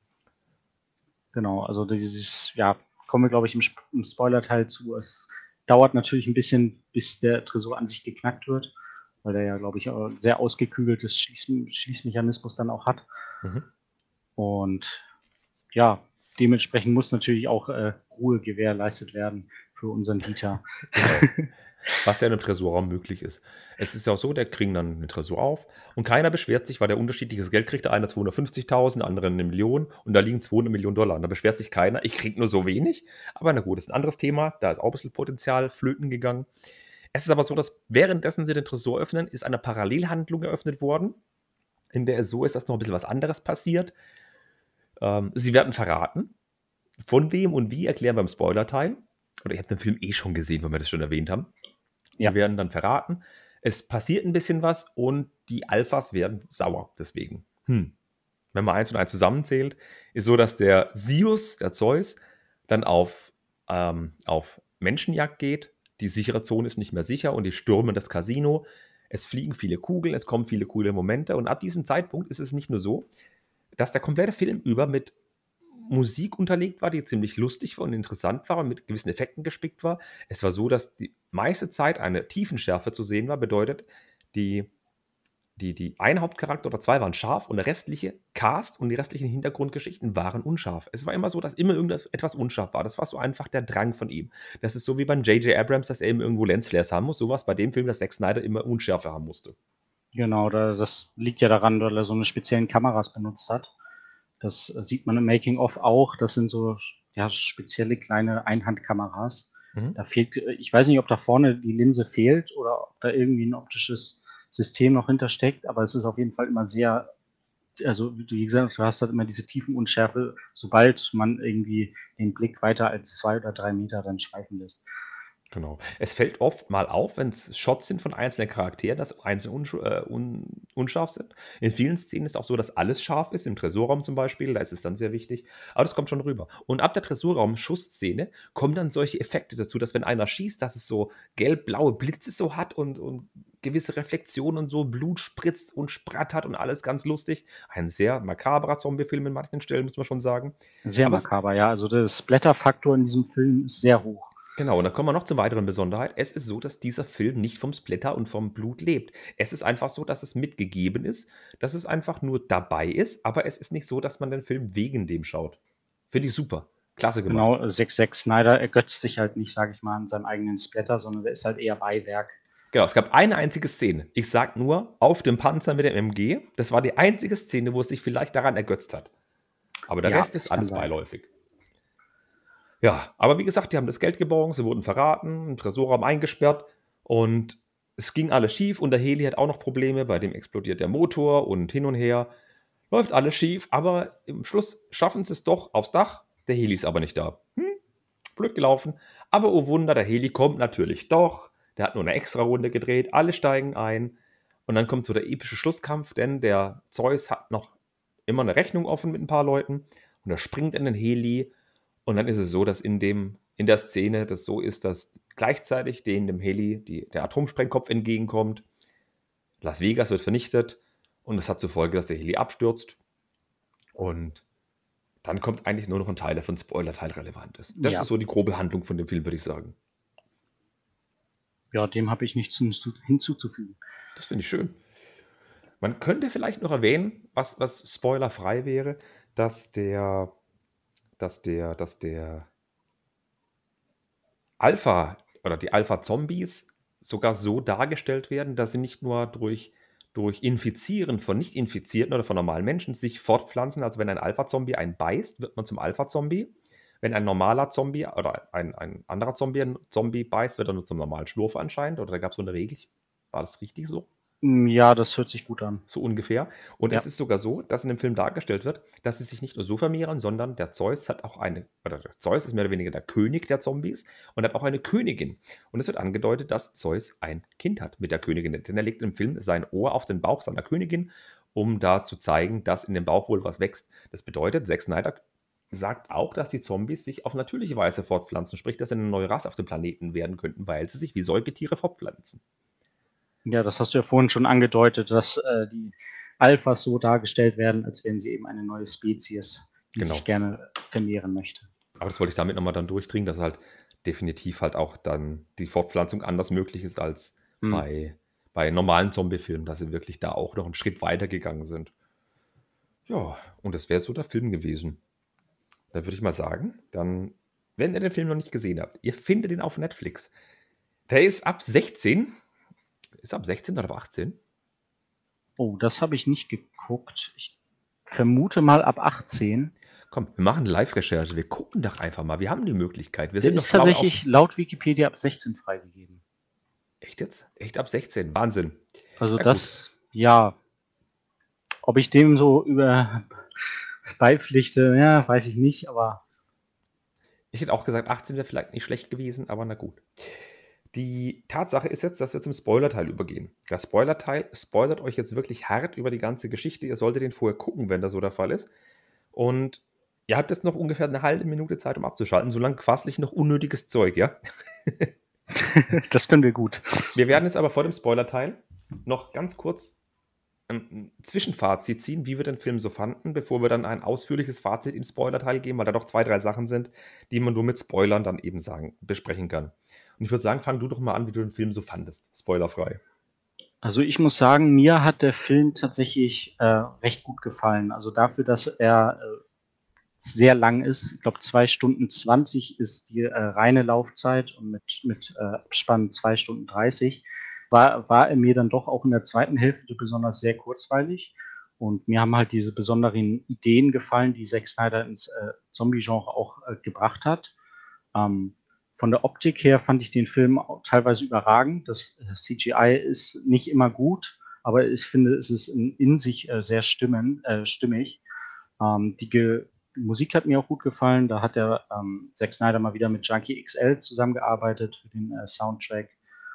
B: Genau, also kommen wir, glaube ich, im Spoilerteil zu. Es dauert natürlich ein bisschen, bis der Tresor an sich geknackt wird, weil der ja, glaube ich, ein sehr ausgeklügeltes Schließmechanismus dann auch hat. Mhm. Und ja, dementsprechend muss natürlich auch Ruhe gewährleistet werden für unseren Dieter.
A: Genau. Was ja in einem Tresorraum möglich ist. Es ist ja auch so, der kriegen dann einen Tresor auf und keiner beschwert sich, weil der unterschiedliches Geld kriegt. Der eine 250.000, der andere 1 Million und da liegen 200 Millionen Dollar. Und da beschwert sich keiner, ich kriege nur so wenig. Aber na gut, das ist ein anderes Thema. Da ist auch ein bisschen Potenzial flöten gegangen. Es ist aber so, dass währenddessen sie den Tresor öffnen, ist eine Parallelhandlung eröffnet worden, in der es so ist, dass noch ein bisschen was anderes passiert. Sie werden verraten. Von wem und wie erklären wir im Spoiler-Teil. Oder ihr habt den Film schon gesehen, wenn wir das schon erwähnt haben. Ja. Die werden dann verraten. Es passiert ein bisschen was und die Alphas werden sauer deswegen. wenn man 1 und 1 zusammenzählt, ist so, dass der Sius, der Zeus, dann auf Menschenjagd geht. Die sichere Zone ist nicht mehr sicher und die stürmen das Casino. Es fliegen viele Kugeln, es kommen viele coole Momente. Und ab diesem Zeitpunkt ist es nicht nur so, dass der komplette Film über mit Musik unterlegt war, die ziemlich lustig war und interessant war und mit gewissen Effekten gespickt war. Es war so, dass die meiste Zeit eine Tiefenschärfe zu sehen war, bedeutet, die ein Hauptcharakter oder zwei waren scharf und der restliche Cast und die restlichen Hintergrundgeschichten waren unscharf. Es war immer so, dass immer irgendetwas unscharf war. Das war so einfach der Drang von ihm. Das ist so wie beim J.J. Abrams, dass er eben irgendwo Lensflares haben muss. Sowas bei dem Film, dass Zack Snyder immer Unschärfe haben musste.
B: Genau, das liegt ja daran, weil er so eine speziellen Kameras benutzt hat. Das sieht man im Making-of auch. Das sind so ja, spezielle kleine Einhandkameras. Da fehlt, ich weiß nicht, ob da vorne die Linse fehlt oder ob da irgendwie ein optisches System noch hintersteckt, aber es ist auf jeden Fall immer sehr, also wie gesagt, du hast halt immer diese Tiefenunschärfe, sobald man irgendwie den Blick weiter als 2 oder 3 Meter dann schweifen lässt.
A: Genau. Es fällt oft mal auf, wenn es Shots sind von einzelnen Charakteren, dass einzelne unscharf sind. In vielen Szenen ist es auch so, dass alles scharf ist. Im Tresorraum zum Beispiel, da ist es dann sehr wichtig. Aber das kommt schon rüber. Und ab der Tresorraum-Schussszene kommen dann solche Effekte dazu, dass wenn einer schießt, dass es so gelb-blaue Blitze so hat und gewisse Reflexionen und so, Blut spritzt und sprattert und alles ganz lustig. Ein sehr makaberer Zombie-Film in manchen Stellen, muss man schon sagen.
B: Sehr
A: Aber
B: makaber, ja. Also der Splatter-Faktor in diesem Film ist sehr hoch.
A: Genau, und dann kommen wir noch zur weiteren Besonderheit. Es ist so, dass dieser Film nicht vom Splatter und vom Blut lebt. Es ist einfach so, dass es mitgegeben ist, dass es einfach nur dabei ist, aber es ist nicht so, dass man den Film wegen dem schaut. Finde ich super. Klasse gemacht.
B: Genau, Zack Snyder ergötzt sich halt nicht, sage ich mal, an seinem eigenen Splatter, sondern der ist halt eher Beiwerk.
A: Genau, es gab eine einzige Szene. Ich sag nur, auf dem Panzer mit dem MG. Das war die einzige Szene, wo es sich vielleicht daran ergötzt hat. Aber der
B: Ja,
A: Rest ist alles beiläufig. Ja, aber wie gesagt, die haben das Geld geborgen, sie wurden verraten, im Tresorraum eingesperrt und es ging alles schief und der Heli hat auch noch Probleme, bei dem explodiert der Motor und hin und her. Läuft alles schief, aber im Schluss schaffen sie es doch aufs Dach. Der Heli ist aber nicht da. Blöd gelaufen. Aber oh Wunder, der Heli kommt natürlich doch. Der hat nur eine extra Runde gedreht, alle steigen ein und dann kommt so der epische Schlusskampf, denn der Zeus hat noch immer eine Rechnung offen mit ein paar Leuten und er springt in den Heli. Und dann ist es so, dass in der Szene das so ist, dass gleichzeitig dem Heli der Atomsprengkopf entgegenkommt. Las Vegas wird vernichtet und das hat zur Folge, dass der Heli abstürzt. Und dann kommt eigentlich nur noch ein Teil, der von Spoiler-Teil relevant ist. Das ist so die grobe Handlung von dem Film, würde ich sagen.
B: Ja, dem habe ich nichts hinzuzufügen.
A: Das finde ich schön. Man könnte vielleicht noch erwähnen, was spoilerfrei wäre, dass der Alpha oder die Alpha-Zombies sogar so dargestellt werden, dass sie nicht nur durch Infizieren von Nicht-Infizierten oder von normalen Menschen sich fortpflanzen. Also wenn ein Alpha-Zombie einen beißt, wird man zum Alpha-Zombie. Wenn ein normaler Zombie oder ein anderer Zombie beißt, wird er nur zum normalen Schlurf anscheinend. Oder da gab es so eine Regel. War das richtig so?
B: Ja, das hört sich gut an.
A: So ungefähr. Und
B: Ja.
A: es ist sogar so, dass in dem Film dargestellt wird, dass sie sich nicht nur so vermehren, sondern der Zeus hat auch der Zeus ist mehr oder weniger der König der Zombies und hat auch eine Königin. Und es wird angedeutet, dass Zeus ein Kind hat mit der Königin. Denn er legt im Film sein Ohr auf den Bauch seiner Königin, um da zu zeigen, dass in dem Bauch wohl was wächst. Das bedeutet, Zack Snyder sagt auch, dass die Zombies sich auf natürliche Weise fortpflanzen, sprich, dass sie eine neue Rasse auf dem Planeten werden könnten, weil sie sich wie Säugetiere fortpflanzen.
B: Ja, das hast du ja vorhin schon angedeutet, dass die Alphas so dargestellt werden, als wären sie eben eine neue Spezies, die sich gerne vermehren möchte.
A: Aber das wollte ich damit nochmal dann durchdringen, dass halt definitiv halt auch dann die Fortpflanzung anders möglich ist als bei normalen Zombie-Filmen, dass sie wirklich da auch noch einen Schritt weiter gegangen sind. Ja, und das wäre so der Film gewesen. Da würde ich mal sagen, dann, wenn ihr den Film noch nicht gesehen habt, ihr findet ihn auf Netflix. Der ist ab 16. Ist ab 16 oder ab 18?
B: Oh, das habe ich nicht geguckt. Ich vermute mal ab 18.
A: Komm, wir machen eine Live-Recherche. Wir gucken doch einfach mal. Wir haben die Möglichkeit. Wir
B: Der
A: sind
B: ist tatsächlich laut Wikipedia ab 16 freigegeben.
A: Echt jetzt? Echt ab 16? Wahnsinn.
B: Also ja, ob ich dem so beipflichte, ja, weiß ich nicht, aber
A: ich hätte auch gesagt, 18 wäre vielleicht nicht schlecht gewesen, aber na gut. Die Tatsache ist jetzt, dass wir zum Spoilerteil übergehen. Der Spoilerteil spoilert euch jetzt wirklich hart über die ganze Geschichte. Ihr solltet den vorher gucken, wenn das so der Fall ist. Und ihr habt jetzt noch ungefähr eine halbe Minute Zeit, um abzuschalten. Solange quassel ich noch unnötiges Zeug, ja?
B: Das können wir gut.
A: Wir werden jetzt aber vor dem Spoilerteil noch ganz kurz ein Zwischenfazit ziehen, wie wir den Film so fanden, bevor wir dann ein ausführliches Fazit im Spoilerteil geben, weil da doch 2, 3 Sachen sind, die man nur mit Spoilern dann eben besprechen kann. Und ich würde sagen, fang du doch mal an, wie du den Film so fandest. Spoilerfrei.
B: Also ich muss sagen, mir hat der Film tatsächlich recht gut gefallen. Also dafür, dass er sehr lang ist, ich glaube 2 Stunden 20 ist die reine Laufzeit und mit Abspann 2 Stunden 30, war er mir dann doch auch in der zweiten Hälfte besonders sehr kurzweilig. Und mir haben halt diese besonderen Ideen gefallen, die Zack Snyder ins Zombie-Genre auch gebracht hat. Von der Optik her fand ich den Film auch teilweise überragend. Das CGI ist nicht immer gut, aber ich finde, es ist in sich sehr stimmig. Die Musik hat mir auch gut gefallen. Da hat der Zack Snyder mal wieder mit Junkie XL zusammengearbeitet für den Soundtrack.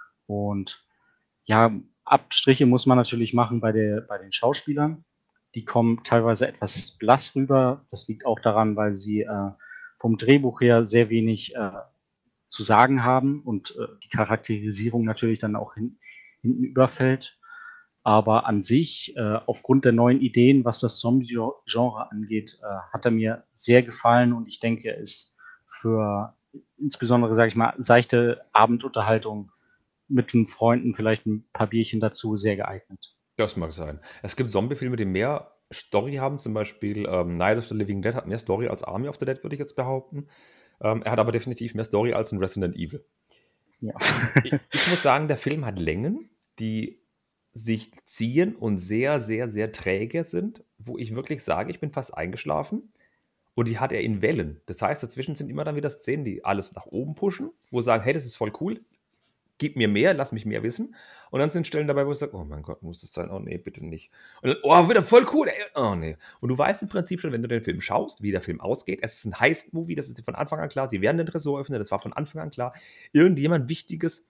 B: Und ja, Abstriche muss man natürlich machen bei den Schauspielern. Die kommen teilweise etwas blass rüber. Das liegt auch daran, weil sie vom Drehbuch her sehr wenig zu sagen haben und die Charakterisierung natürlich dann auch hinten überfällt. Aber an sich, aufgrund der neuen Ideen, was das Zombie-Genre angeht, hat er mir sehr gefallen und ich denke, er ist für insbesondere, sage ich mal, seichte Abendunterhaltung mit den Freunden, vielleicht ein paar Bierchen dazu, sehr geeignet.
A: Das mag sein. Es gibt Zombie-Filme, die mehr Story haben, zum Beispiel Night of the Living Dead hat mehr Story als Army of the Dead, würde ich jetzt behaupten. Er hat aber definitiv mehr Story als ein Resident Evil.
B: Ja.
A: Ich muss sagen, der Film hat Längen, die sich ziehen und sehr, sehr, sehr träge sind, wo ich wirklich sage, ich bin fast eingeschlafen. Und die hat er in Wellen. Das heißt, dazwischen sind immer dann wieder Szenen, die alles nach oben pushen, wo sagen, hey, das ist voll cool, gib mir mehr, lass mich mehr wissen. Und dann sind Stellen dabei, wo ich sage, oh mein Gott, muss das sein? Oh nee, bitte nicht. Und dann, oh, wieder voll cool, ey. Oh nee. Und du weißt im Prinzip schon, wenn du den Film schaust, wie der Film ausgeht. Es ist ein Heist-Movie, das ist von Anfang an klar. Sie werden den Tresor öffnen, das war von Anfang an klar. Irgendjemand Wichtiges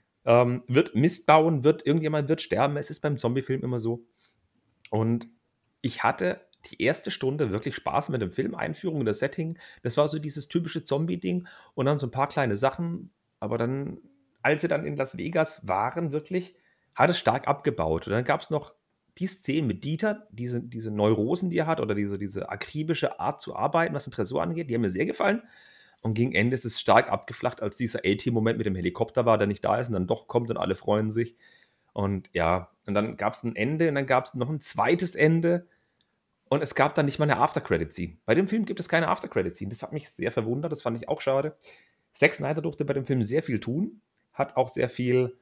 A: wird Mist bauen, irgendjemand wird sterben. Es ist beim Zombie-Film immer so. Und ich hatte die erste Stunde wirklich Spaß mit dem Film, Einführung in das Setting. Das war so dieses typische Zombie-Ding und dann so ein paar kleine Sachen. Aber dann, als sie dann in Las Vegas waren, wirklich, hat es stark abgebaut. Und dann gab es noch die Szene mit Dieter, diese Neurosen, die er hat, oder diese akribische Art zu arbeiten, was den Tresor angeht, die haben mir sehr gefallen. Und gegen Ende ist es stark abgeflacht, als dieser A-Team-Moment mit dem Helikopter war, der nicht da ist und dann doch kommt und alle freuen sich. Und ja, und dann gab es ein Ende und dann gab es noch ein zweites Ende und es gab dann nicht mal eine After-Credit-Scene. Bei dem Film gibt es keine After-Credit-Scene. Das hat mich sehr verwundert, das fand ich auch schade. Zack Snyder durfte bei dem Film sehr viel tun, hat auch sehr viel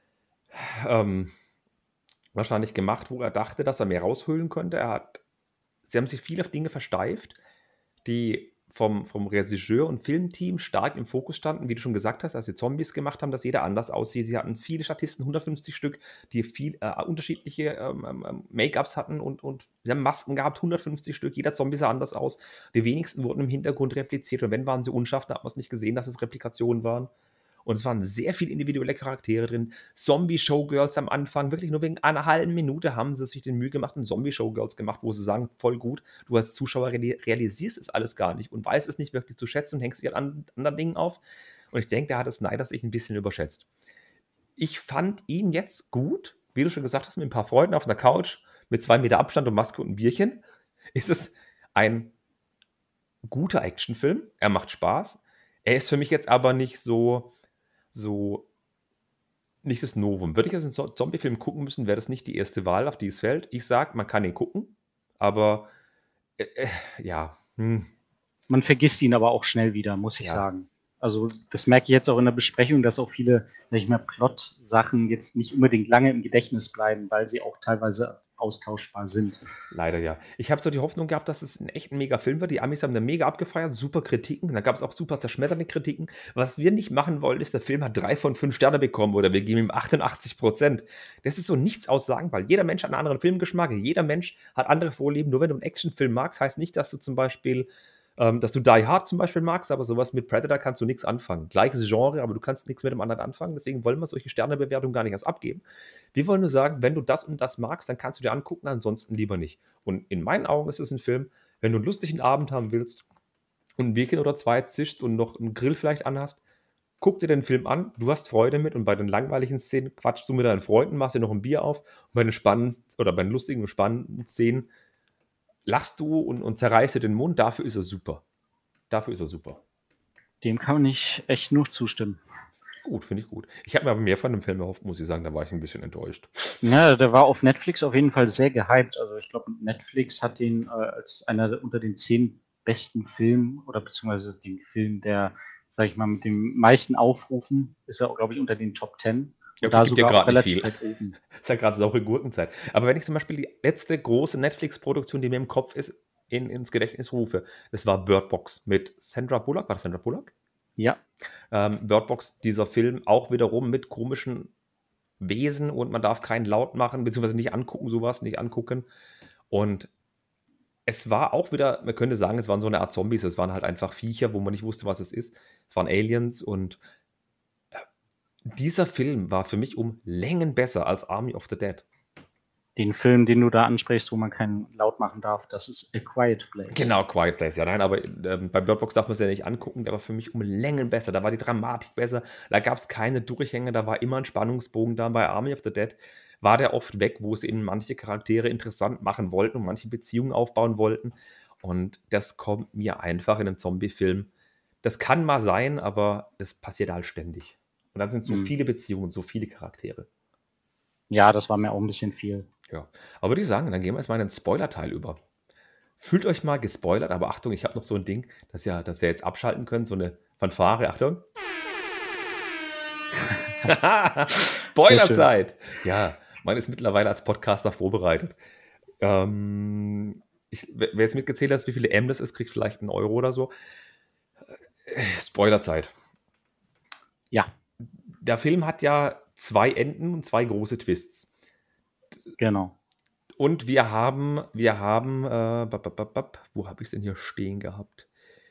A: wahrscheinlich gemacht, wo er dachte, dass er mehr rausholen könnte. Sie haben sich viel auf Dinge versteift, die vom Regisseur und Filmteam stark im Fokus standen, wie du schon gesagt hast, als sie Zombies gemacht haben, dass jeder anders aussieht. Sie hatten viele Statisten, 150 Stück, die viel unterschiedliche Make-ups hatten und sie haben Masken gehabt, 150 Stück, jeder Zombie sah anders aus. Die wenigsten wurden im Hintergrund repliziert und wenn, waren sie unscharf, da hat man es nicht gesehen, dass es Replikationen waren. Und es waren sehr viele individuelle Charaktere drin. Zombie-Showgirls am Anfang, wirklich nur wegen einer halben Minute haben sie sich den Mühe gemacht und Zombie-Showgirls gemacht, wo sie sagen, voll gut, du als Zuschauer realisierst es alles gar nicht und weißt es nicht wirklich zu schätzen und hängst dich an anderen Dingen auf. Und ich denke, da hat es Snyder sich ein bisschen überschätzt. Ich fand ihn jetzt gut, wie du schon gesagt hast, mit ein paar Freunden auf einer Couch, mit 2 Meter Abstand und Maske und ein Bierchen, ist es ein guter Actionfilm. Er macht Spaß. Er ist für mich jetzt aber nicht so nicht das Novum. Würde ich jetzt einen Zombie-Film gucken müssen, wäre das nicht die erste Wahl, auf die es fällt. Ich sage, man kann ihn gucken, aber ja.
B: Man vergisst ihn aber auch schnell wieder, muss ich
A: Ja.
B: sagen. Also das merke ich jetzt auch in der Besprechung, dass auch viele, sag ich mal, Plot-Sachen jetzt nicht unbedingt lange im Gedächtnis bleiben, weil sie auch teilweise austauschbar sind.
A: Leider ja. Ich habe so die Hoffnung gehabt, dass es ein echt ein mega Film wird. Die Amis haben den mega abgefeiert, super Kritiken. Da gab es auch super zerschmetternde Kritiken. Was wir nicht machen wollen, ist, der Film hat 3 von 5 Sterne bekommen oder wir geben ihm 88%. Das ist so nichts aussagen, weil jeder Mensch hat einen anderen Filmgeschmack, jeder Mensch hat andere Vorlieben. Nur wenn du einen Actionfilm magst, heißt nicht, dass du zum Beispiel Dass du Die Hard zum Beispiel magst, aber sowas mit Predator kannst du nichts anfangen. Gleiches Genre, aber du kannst nichts mit dem anderen anfangen. Deswegen wollen wir solche Sternebewertungen gar nicht erst abgeben. Wir wollen nur sagen, wenn du das und das magst, dann kannst du dir angucken, ansonsten lieber nicht. Und in meinen Augen ist es ein Film, wenn du einen lustigen Abend haben willst und ein Bierchen oder zwei zischst und noch einen Grill vielleicht anhast, guck dir den Film an, du hast Freude mit und bei den langweiligen Szenen quatschst du mit deinen Freunden, machst dir noch ein Bier auf und bei den spannenden oder bei den lustigen und spannenden Szenen lachst du und zerreißt dir den Mund. Dafür ist er super. Dafür ist er super.
B: Dem kann ich echt nur zustimmen.
A: Gut, finde ich gut. Ich habe mir aber mehr von dem Film erhofft, muss ich sagen, da war ich ein bisschen enttäuscht.
B: Ja, der war auf Netflix auf jeden Fall sehr gehypt. Also ich glaube, Netflix hat den als einer unter den 10 besten Filmen oder beziehungsweise den Film, der, sag ich mal, mit den meisten Aufrufen, ist er, glaube ich, unter den Top 10.
A: Ja,
B: Und da
A: gibt ja
B: sogar auch
A: gerade nicht
B: relativ
A: viel.
B: weit oben.
A: Ist ja gerade saure Gurkenzeit. Aber wenn ich zum Beispiel die letzte große Netflix-Produktion, die mir im Kopf ist, ins Gedächtnis rufe, das war Bird Box mit Sandra Bullock. War das Sandra Bullock?
B: Ja,
A: Bird Box, dieser Film, auch wiederum mit komischen Wesen und man darf keinen Laut machen, beziehungsweise nicht angucken, sowas, nicht angucken. Und es war auch wieder, man könnte sagen, es waren so eine Art Zombies, es waren halt einfach Viecher, wo man nicht wusste, was es ist. Es waren Aliens und dieser Film war für mich um Längen besser als Army of the Dead.
B: den Film, den du da ansprichst, wo man keinen Laut machen darf, das ist A Quiet Place.
A: Genau, Quiet Place, ja, nein, aber bei Bird Box darf man es ja nicht angucken, der war für mich um Längen besser, da war die Dramatik besser, da gab es keine Durchhänge, da war immer ein Spannungsbogen da. Bei Army of the Dead war der oft weg, wo es eben manche Charaktere interessant machen wollten und manche Beziehungen aufbauen wollten und das kommt mir einfach in einem Zombie-Film. Das kann mal sein, aber das passiert halt ständig. Und dann sind so viele Beziehungen, so viele Charaktere.
B: Ja, das war mir auch ein bisschen viel.
A: Ja, aber würde ich sagen, dann gehen wir jetzt mal in den Spoiler-Teil über. Fühlt euch mal gespoilert, aber Achtung, ich habe noch so ein Ding, dass ihr jetzt abschalten könnt, so eine Fanfare. Achtung. Spoilerzeit! Ja, man ist mittlerweile als Podcaster vorbereitet. Wer jetzt mitgezählt hat, wie viele M das ist, kriegt vielleicht einen Euro oder so. Spoilerzeit.
B: Ja,
A: Der Film hat ja 2 Enden und 2 große Twists.
B: genau.
A: Und wir haben, wo habe ich es denn hier stehen gehabt?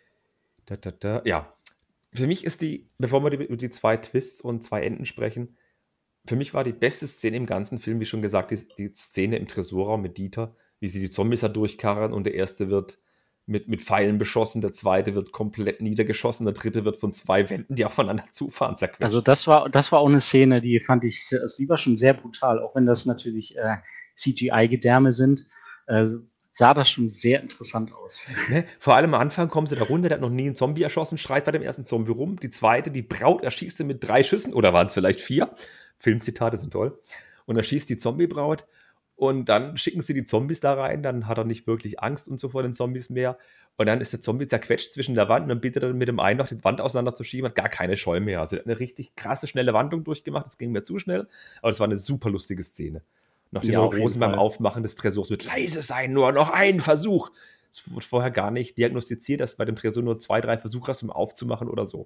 A: Ja, für mich ist bevor wir über die 2 Twists und 2 Enden sprechen, für mich war die beste Szene im ganzen Film, wie schon gesagt, die Szene im Tresorraum mit Dieter, wie sie die Zombies da durchkarren und der erste wird mit Pfeilen beschossen, der zweite wird komplett niedergeschossen, der dritte wird von 2 Wänden, die aufeinander zufahren, zerquetscht.
B: Also das war auch eine Szene, die fand ich, also die war schon sehr brutal, auch wenn das natürlich CGI-Gedärme sind, sah das schon sehr interessant aus.
A: Ne? Vor allem am Anfang kommen sie da runter, der hat noch nie einen Zombie erschossen, schreit bei dem ersten Zombie rum. Die zweite, die Braut, erschießt sie mit 3 Schüssen, oder waren es vielleicht 4? Filmzitate sind toll. Und erschießt die Zombie-Braut und dann schicken sie die Zombies da rein, dann hat er nicht wirklich Angst und so vor den Zombies mehr. Und dann ist der Zombie zerquetscht zwischen der Wand und dann bittet er mit dem einen noch die Wand auseinanderzuschieben, hat gar keine Scheu mehr. Also er hat eine richtig krasse, schnelle Wandlung durchgemacht, das ging mir zu schnell, aber das war eine super lustige Szene. Nach den
B: Ja, auf
A: Neurosen
B: jeden
A: beim
B: Fall.
A: Aufmachen des Tresors mit leise sein, nur noch ein Versuch. Es wurde vorher gar nicht diagnostiziert, dass bei dem Tresor nur 2, 3 Versuche hast, um aufzumachen oder so.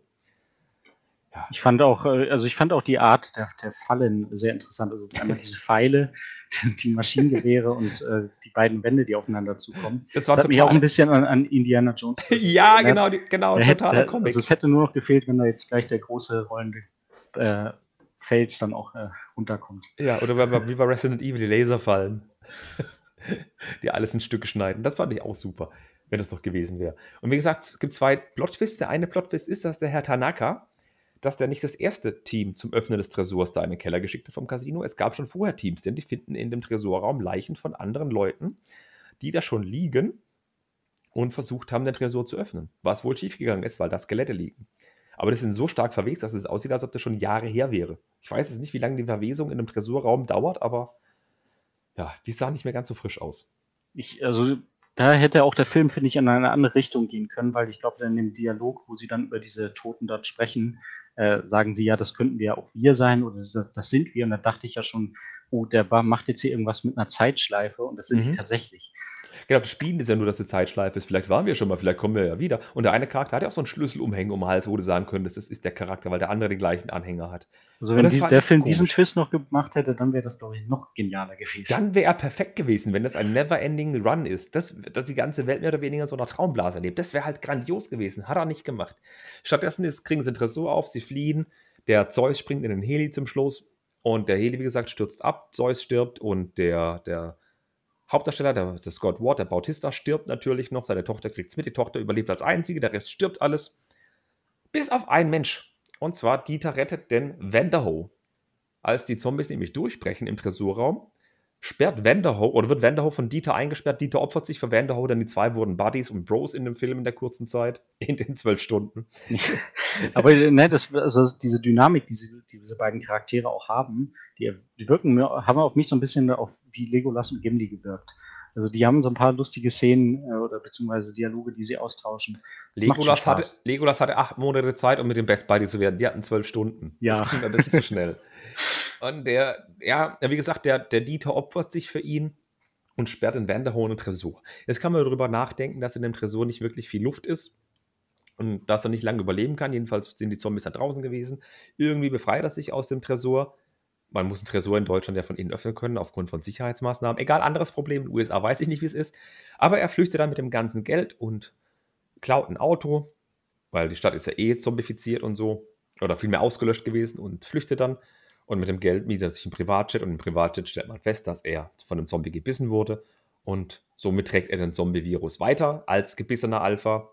B: Ich fand auch die Art der Fallen sehr interessant. Also einmal diese Pfeile, die Maschinengewehre und die beiden Wände, die aufeinander zukommen.
A: Das war
B: hat mich auch
A: total.
B: ein bisschen an Indiana Jones
A: Ja,
B: erinnert.
A: genau,
B: Der
A: totaler
B: hätte,
A: Comic.
B: also es hätte nur noch gefehlt, wenn da jetzt gleich der große rollende Fels dann auch runterkommt.
A: Ja, oder wie bei Resident Evil, die Laserfallen, die alles in Stücke schneiden. Das fand ich auch super, wenn das doch gewesen wäre. Und wie gesagt, es gibt 2 Plot-Twists. Der eine Plot-Twist ist, dass der Herr Tanaka, dass der nicht das erste Team zum Öffnen des Tresors da in den Keller geschickt hat vom Casino. Es gab schon vorher Teams, denn die finden in dem Tresorraum Leichen von anderen Leuten, die da schon liegen und versucht haben, den Tresor zu öffnen. Was wohl schiefgegangen ist, weil da Skelette liegen. Aber das sind so stark verwest, dass es aussieht, als ob das schon Jahre her wäre. Ich weiß jetzt nicht, wie lange die Verwesung in einem Tresorraum dauert, aber ja, die sah nicht mehr ganz so frisch aus.
B: Also da hätte auch der Film, finde ich, in eine andere Richtung gehen können, weil ich glaube, in dem Dialog, wo sie dann über diese Toten dort sprechen, sagen sie ja, das könnten wir auch wir sein oder das sind wir. Und da dachte ich ja schon, oh, der macht jetzt hier irgendwas mit einer Zeitschleife und das sind die tatsächlich.
A: Genau, das Spielen ist ja nur, dass die Zeitschleife ist. Vielleicht waren wir schon mal, vielleicht kommen wir ja wieder. Und der eine Charakter hat ja auch so einen Schlüssel umhängen um den Hals, wo du sagen könntest, das ist der Charakter, weil der andere den gleichen Anhänger hat.
B: Also
A: Und
B: wenn
A: das fand
B: der
A: ich
B: Film diesen
A: komisch.
B: Twist noch gemacht hätte, dann wäre das, glaube ich, noch genialer gewesen.
A: Dann wäre er perfekt gewesen, wenn das ein Never-Ending Run ist. Dass die ganze Welt mehr oder weniger so einer Traumblase lebt. Das wäre halt grandios gewesen. Hat er nicht gemacht. Stattdessen kriegen sie den Tresor auf, sie fliehen. Der Zeus springt in den Heli zum Schluss. Und der Heli, wie gesagt, stürzt ab. Zeus stirbt und der Hauptdarsteller, der Scott Ward, der Bautista, stirbt natürlich noch. Seine Tochter kriegt es mit. Die Tochter überlebt als einzige. Der Rest stirbt alles. Bis auf einen Mensch. Und zwar Dieter rettet den Vanderhoof. Als die Zombies nämlich durchbrechen im Tresorraum, sperrt Vanderhoof oder wird Vanderhoof von Dieter eingesperrt. Dieter opfert sich für Vanderhoof, denn die zwei wurden Buddies und Bros in dem Film in der kurzen Zeit, in den 12 Stunden.
B: Aber ne, also diese Dynamik, die diese beiden Charaktere auch haben, die haben auf mich so ein bisschen wie Legolas und Gimli gewirkt. Also die haben so ein paar lustige Szenen oder beziehungsweise Dialoge, die sie austauschen.
A: Legolas hatte 8 Monate Zeit, um mit dem Best Buddy zu werden. Die hatten 12 Stunden.
B: Ja.
A: Das ging ein bisschen zu schnell. Und wie gesagt, der Dieter opfert sich für ihn und sperrt in Vanderhoof einen Tresor. Jetzt kann man darüber nachdenken, dass in dem Tresor nicht wirklich viel Luft ist und dass er nicht lange überleben kann. Jedenfalls sind die Zombies da draußen gewesen. Irgendwie befreit er sich aus dem Tresor. Man muss einen Tresor in Deutschland ja von innen öffnen können, aufgrund von Sicherheitsmaßnahmen. Egal, anderes Problem. In den USA weiß ich nicht, wie es ist. Aber er flüchtet dann mit dem ganzen Geld und klaut ein Auto, weil die Stadt ist ja zombifiziert und so. Oder vielmehr ausgelöscht gewesen und flüchtet dann. Und mit dem Geld mietet er sich einen Privatjet und im Privatjet stellt man fest, dass er von einem Zombie gebissen wurde. Und somit trägt er den Zombie-Virus weiter als gebissener Alpha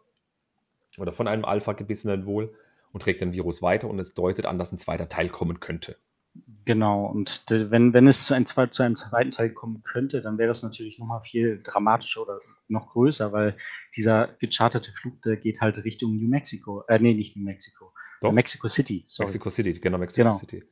A: oder von einem Alpha gebissenen wohl und trägt den Virus weiter und es deutet an, dass ein zweiter Teil kommen könnte.
B: Genau, und wenn es zu einem zweiten Teil kommen könnte, dann wäre das natürlich nochmal viel dramatischer oder noch größer, weil dieser gecharterte Flug, der geht halt Richtung New Mexico. Nicht New Mexico.
A: Doch.
B: Mexico City.
A: Sorry. Mexico City.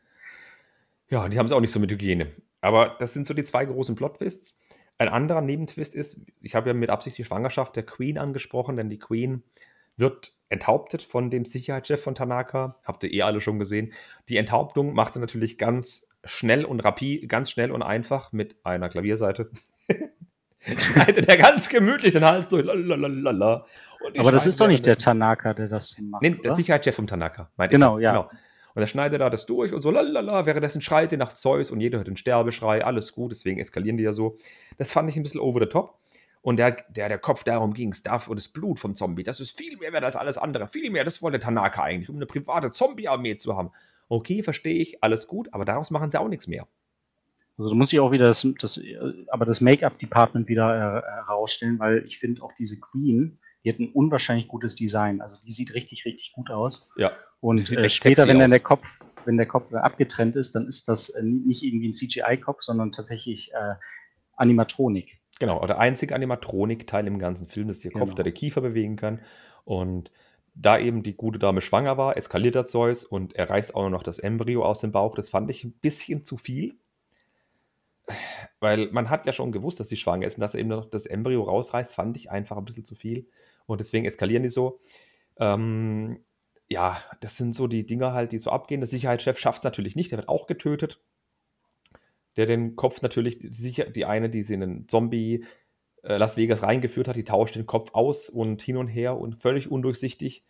A: Ja, die haben es auch nicht so mit Hygiene. Aber das sind so die zwei großen Plot-Twists. Ein anderer Nebentwist ist, ich habe ja mit Absicht die Schwangerschaft der Queen angesprochen, denn die Queen wird enthauptet von dem Sicherheitschef von Tanaka. Habt ihr alle schon gesehen. Die Enthauptung macht er natürlich ganz schnell und einfach mit einer Klavierseite. Schneidet er ganz gemütlich den Hals durch. Lalalala.
B: Aber das ist doch nicht der Tanaka, der das macht.
A: Nee, der Sicherheitschef von Tanaka.
B: Genau, ja. Genau.
A: Und er schneidet da das durch und so, lalala, währenddessen schreit er nach Zeus und jeder hört den Sterbeschrei, alles gut, deswegen eskalieren die ja so. Das fand ich ein bisschen over the top. Und der Kopf, darum ging es, und das Blut vom Zombie, das ist viel mehr wert als alles andere, viel mehr, das wollte Tanaka eigentlich, um eine private Zombie-Armee zu haben. Okay, verstehe ich, alles gut, aber daraus machen sie auch nichts mehr.
B: Also da muss ich auch wieder das Make-up-Department wieder herausstellen, weil ich finde auch diese Queen, die hat ein unwahrscheinlich gutes Design. Also die sieht richtig, richtig gut aus.
A: Ja.
B: Und später, wenn der Kopf abgetrennt ist, dann ist das nicht irgendwie ein CGI-Kopf, sondern tatsächlich Animatronik.
A: Genau, der einzige Animatronik-Teil im ganzen Film ist der Kopf, der den Kiefer bewegen kann. Und da eben die gute Dame schwanger war, eskaliert der Zeus und er reißt auch noch das Embryo aus dem Bauch. Das fand ich ein bisschen zu viel. Weil man hat ja schon gewusst, dass sie schwanger ist und dass er eben noch das Embryo rausreißt, fand ich einfach ein bisschen zu viel. Und deswegen eskalieren die so. Ja, das sind so die Dinger halt, die so abgehen. Der Sicherheitschef schafft es natürlich nicht, der wird auch getötet. Der den Kopf natürlich, die eine, die sie in den Zombie Las Vegas reingeführt hat, die tauscht den Kopf aus und hin und her und völlig undurchsichtig.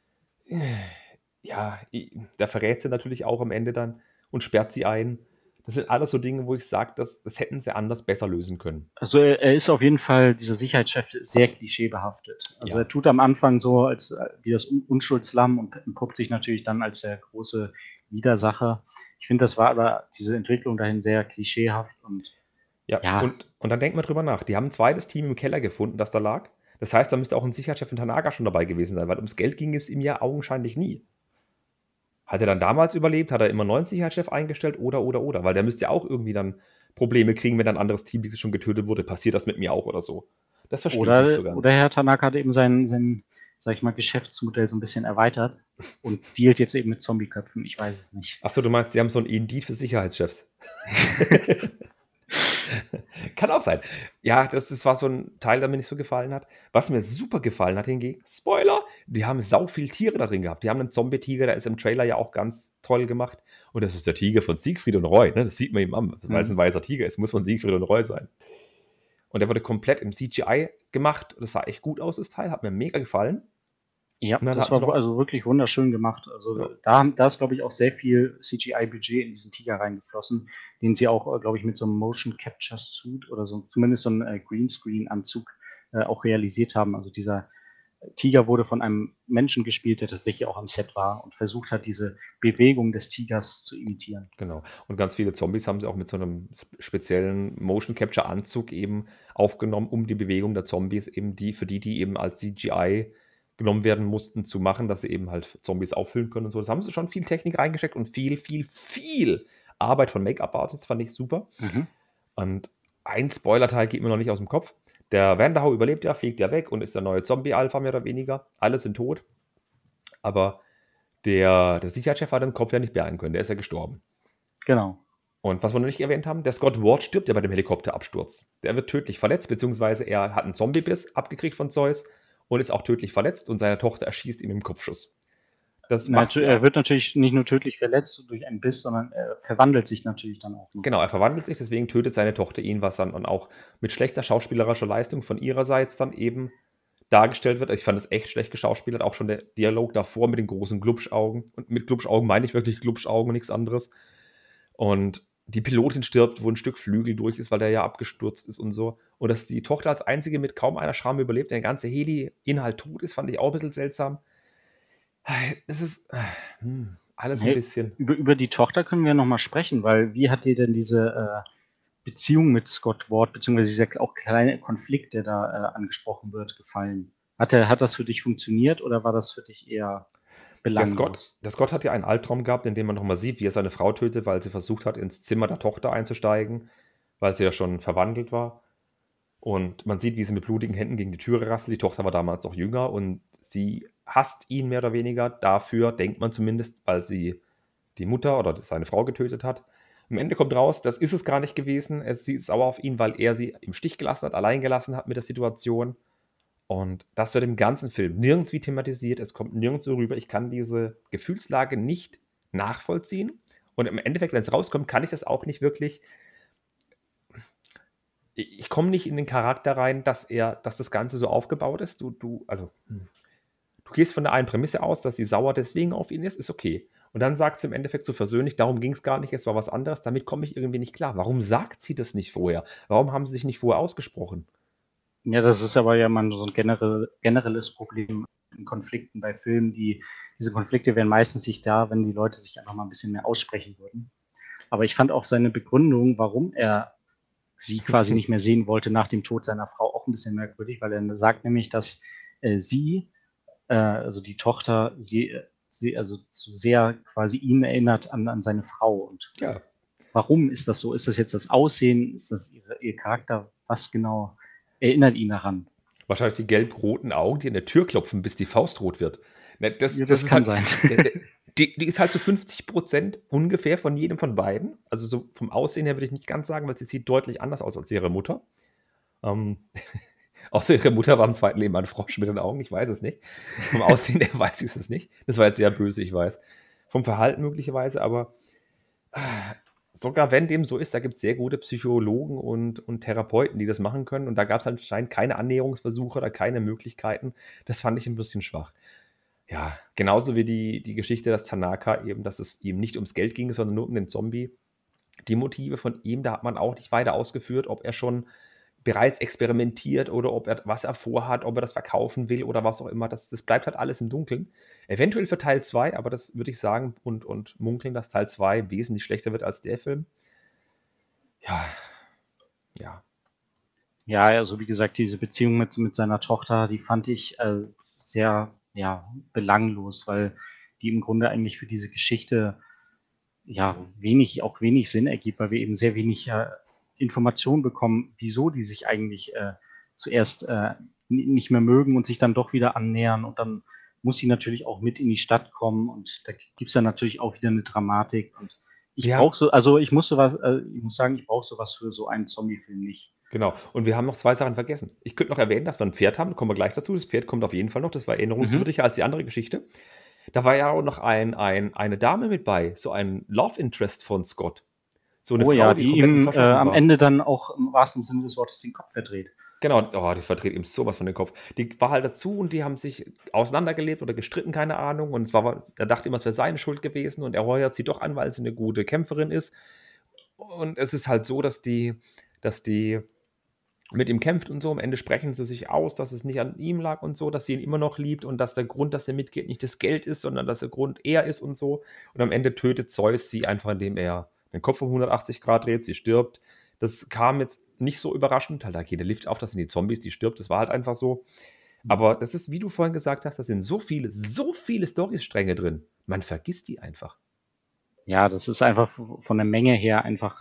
A: Ja, der verrät sie natürlich auch am Ende dann und sperrt sie ein. Das sind alles so Dinge, wo ich sage, das hätten sie anders besser lösen können.
B: Also er ist auf jeden Fall, dieser Sicherheitschef, sehr klischeebehaftet. Also er tut am Anfang so wie das Unschuldslamm und entpuppt sich natürlich dann als der große Widersacher. Ich finde, das war aber diese Entwicklung dahin sehr klischeehaft. Und
A: dann denkt man drüber nach. Die haben ein zweites Team im Keller gefunden, das da lag. Das heißt, da müsste auch ein Sicherheitschef von Tanaka schon dabei gewesen sein, weil ums Geld ging es ihm ja augenscheinlich nie. Hat er dann damals überlebt? Hat er immer einen neuen Sicherheitschef eingestellt? Oder? Weil der müsste ja auch irgendwie dann Probleme kriegen, wenn ein anderes Team schon getötet wurde. Passiert das mit mir auch oder so? Das verstehe ich nicht so ganz.
B: Oder Herr Tanaka hat eben sein sag ich mal, Geschäftsmodell so ein bisschen erweitert und dealt jetzt eben mit Zombieköpfen. Ich weiß es nicht.
A: Achso, du meinst, sie haben so ein Indeed für Sicherheitschefs. Kann auch sein. Ja, das war so ein Teil, der mir nicht so gefallen hat. Was mir super gefallen hat hingegen, Spoiler, die haben sau viel Tiere da drin gehabt. Die haben einen Zombie-Tiger, der ist im Trailer ja auch ganz toll gemacht. Und das ist der Tiger von Siegfried und Roy. Ne? Das sieht man ihm an. Weil es ein weißer Tiger ist, muss von Siegfried und Roy sein. Und der wurde komplett im CGI gemacht. Das sah echt gut aus, das Teil. Hat mir mega gefallen.
B: Ja,
A: Und dann
B: das
A: hat's
B: war
A: noch,
B: also wirklich wunderschön gemacht. Also
A: ja,
B: da ist, glaube ich, auch sehr viel CGI-Budget in diesen Tiger reingeflossen, den sie auch, glaube ich, mit so einem Motion Capture Suit oder so, zumindest so einem Greenscreen-Anzug auch realisiert haben. Also dieser Tiger wurde von einem Menschen gespielt, der tatsächlich auch am Set war und versucht hat, diese Bewegung des Tigers zu imitieren.
A: genau. Und ganz viele Zombies haben sie auch mit so einem speziellen Motion Capture Anzug eben aufgenommen, um die Bewegung der Zombies eben die eben als CGI genommen werden mussten, zu machen, dass sie eben halt Zombies auffüllen können und so. Das haben sie schon viel Technik reingesteckt und viel Arbeit von Make-up-Artists, fand ich super.
B: Mhm.
A: Und ein Spoiler-Teil geht mir noch nicht aus dem Kopf. Der Vanderhau überlebt ja, fliegt ja weg und ist der neue Zombie-Alpha mehr oder weniger. Alle sind tot. Aber der Sicherheitschef hat den Kopf ja nicht bergen können. Der ist ja gestorben.
B: Genau.
A: Und was wir noch nicht erwähnt haben, der Scott Ward stirbt ja bei dem Helikopterabsturz. Der wird tödlich verletzt, beziehungsweise er hat einen Zombiebiss abgekriegt von Zeus und ist auch tödlich verletzt und seine Tochter erschießt ihn im Kopfschuss. Das macht sie
B: Er
A: auch.
B: wird natürlich nicht nur tödlich verletzt durch einen Biss, sondern er verwandelt sich natürlich dann auch noch.
A: Genau, er verwandelt sich, deswegen tötet seine Tochter ihn, was dann und auch mit schlechter schauspielerischer Leistung von ihrerseits dann eben dargestellt wird. Ich fand es echt schlecht geschauspielert, auch schon der Dialog davor mit den großen Glubschaugen. Und mit Glubschaugen meine ich wirklich Glubschaugen und nichts anderes. Und die Pilotin stirbt, wo ein Stück Flügel durch ist, weil der ja abgestürzt ist und so. Und dass die Tochter als einzige mit kaum einer Schramme überlebt, der ganze Heli-Inhalt tot ist, fand ich auch ein bisschen seltsam. Es ist alles ein
B: Hey,
A: bisschen.
B: über die Tochter können wir noch mal sprechen, weil wie hat dir denn diese Beziehung mit Scott Ward, beziehungsweise dieser auch kleine Konflikt, der da angesprochen wird, gefallen? Hat das für dich funktioniert oder war das für dich eher belanglos?
A: Der Scott hat ja einen Albtraum gehabt, in dem man nochmal sieht, wie er seine Frau tötet, weil sie versucht hat, ins Zimmer der Tochter einzusteigen, weil sie ja schon verwandelt war. Und man sieht, wie sie mit blutigen Händen gegen die Türe rasselt. Die Tochter war damals noch jünger und sie hasst ihn mehr oder weniger dafür, denkt man zumindest, weil sie die Mutter oder seine Frau getötet hat. Am Ende kommt raus, das ist es gar nicht gewesen. Sie ist sauer auf ihn, weil er sie im Stich gelassen hat, allein gelassen hat mit der Situation. Und das wird im ganzen Film nirgendwie thematisiert. Es kommt nirgendwo rüber. Ich kann diese Gefühlslage nicht nachvollziehen. Und im Endeffekt, wenn es rauskommt, kann ich das auch nicht wirklich. Ich komme nicht in den Charakter rein, dass das Ganze so aufgebaut ist. Du gehst von der einen Prämisse aus, dass sie sauer deswegen auf ihn ist okay. Und dann sagt sie im Endeffekt so versöhnlich, darum ging es gar nicht, es war was anderes. Damit komme ich irgendwie nicht klar. Warum sagt sie das nicht vorher? Warum haben sie sich nicht vorher ausgesprochen?
B: Ja, das ist aber ja mal so ein generelles Problem in Konflikten bei Filmen. Diese Konflikte wären meistens nicht da, wenn die Leute sich einfach mal ein bisschen mehr aussprechen würden. Aber ich fand auch seine Begründung, warum er sie quasi nicht mehr sehen wollte nach dem Tod seiner Frau, auch ein bisschen merkwürdig, weil er sagt nämlich, dass also die Tochter, sie also zu sehr quasi ihn erinnert an seine Frau. Und
A: Ja.
B: warum ist das so? Ist das jetzt das Aussehen? Ist das ihr Charakter? Was genau erinnert ihn daran?
A: Wahrscheinlich die gelb-roten Augen, die an der Tür klopfen, bis die Faust rot wird. Ne, das
B: Ja, das
A: ist
B: kann
A: halt,
B: sein.
A: die ist halt zu 50% ungefähr von jedem von beiden. Also so vom Aussehen her würde ich nicht ganz sagen, weil sie sieht deutlich anders aus als ihre Mutter. Außer ihre Mutter war im zweiten Leben ein Frosch mit den Augen, ich weiß es nicht. Vom Aussehen her weiß ich es nicht. Das war jetzt sehr böse, ich weiß. Vom Verhalten möglicherweise, aber sogar wenn dem so ist, da gibt es sehr gute Psychologen und Therapeuten, die das machen können. Und da gab es anscheinend keine Annäherungsversuche oder keine Möglichkeiten. Das fand ich ein bisschen schwach. Ja, genauso wie die Geschichte, dass Tanaka eben, dass es ihm nicht ums Geld ging, sondern nur um den Zombie. Die Motive von ihm, da hat man auch nicht weiter ausgeführt, ob er schon bereits experimentiert oder was er vorhat, ob er das verkaufen will oder was auch immer. Das bleibt halt alles im Dunkeln. Eventuell für Teil 2, aber das würde ich sagen und munkeln, dass Teil 2 wesentlich schlechter wird als der Film. Ja.
B: Ja, also wie gesagt, diese Beziehung mit seiner Tochter, die fand ich sehr belanglos, weil die im Grunde eigentlich für diese Geschichte wenig Sinn ergibt, weil wir eben sehr wenig Informationen bekommen, wieso die sich eigentlich zuerst nicht mehr mögen und sich dann doch wieder annähern und dann muss sie natürlich auch mit in die Stadt kommen und da gibt es dann natürlich auch wieder eine Dramatik und ich muss sagen, ich brauche sowas für so einen Zombie-Film nicht.
A: Genau. Und wir haben noch 2 Sachen vergessen. Ich könnte noch erwähnen, dass wir ein Pferd haben, kommen wir gleich dazu. Das Pferd kommt auf jeden Fall noch, das war erinnerungswürdiger als die andere Geschichte. Da war ja auch noch eine Dame mit bei, so ein Love Interest von Scott. So eine
B: Oh
A: Frau,
B: ja,
A: die
B: die
A: komplett
B: ihm
A: verschossen
B: am
A: war.
B: Ende dann auch im wahrsten Sinne des Wortes den Kopf verdreht.
A: Genau, oh, die verdreht ihm sowas von den Kopf. Die war halt dazu und die haben sich auseinandergelebt oder gestritten, keine Ahnung. Und er dachte immer, es wäre seine Schuld gewesen und er heuert sie doch an, weil sie eine gute Kämpferin ist. Und es ist halt so, dass die mit ihm kämpft und so. Am Ende sprechen sie sich aus, dass es nicht an ihm lag und so, dass sie ihn immer noch liebt und dass der Grund, dass er mitgeht, nicht das Geld ist, sondern dass der Grund er ist und so. Und am Ende tötet Zeus sie einfach, indem er den Kopf um 180 Grad dreht, sie stirbt. Das kam jetzt nicht so überraschend, halt da geht der Lift auf, das sind die Zombies, die stirbt, das war halt einfach so. Aber das ist, wie du vorhin gesagt hast, da sind so viele Storystränge drin. Man vergisst die einfach.
B: Ja, das ist einfach von der Menge her einfach,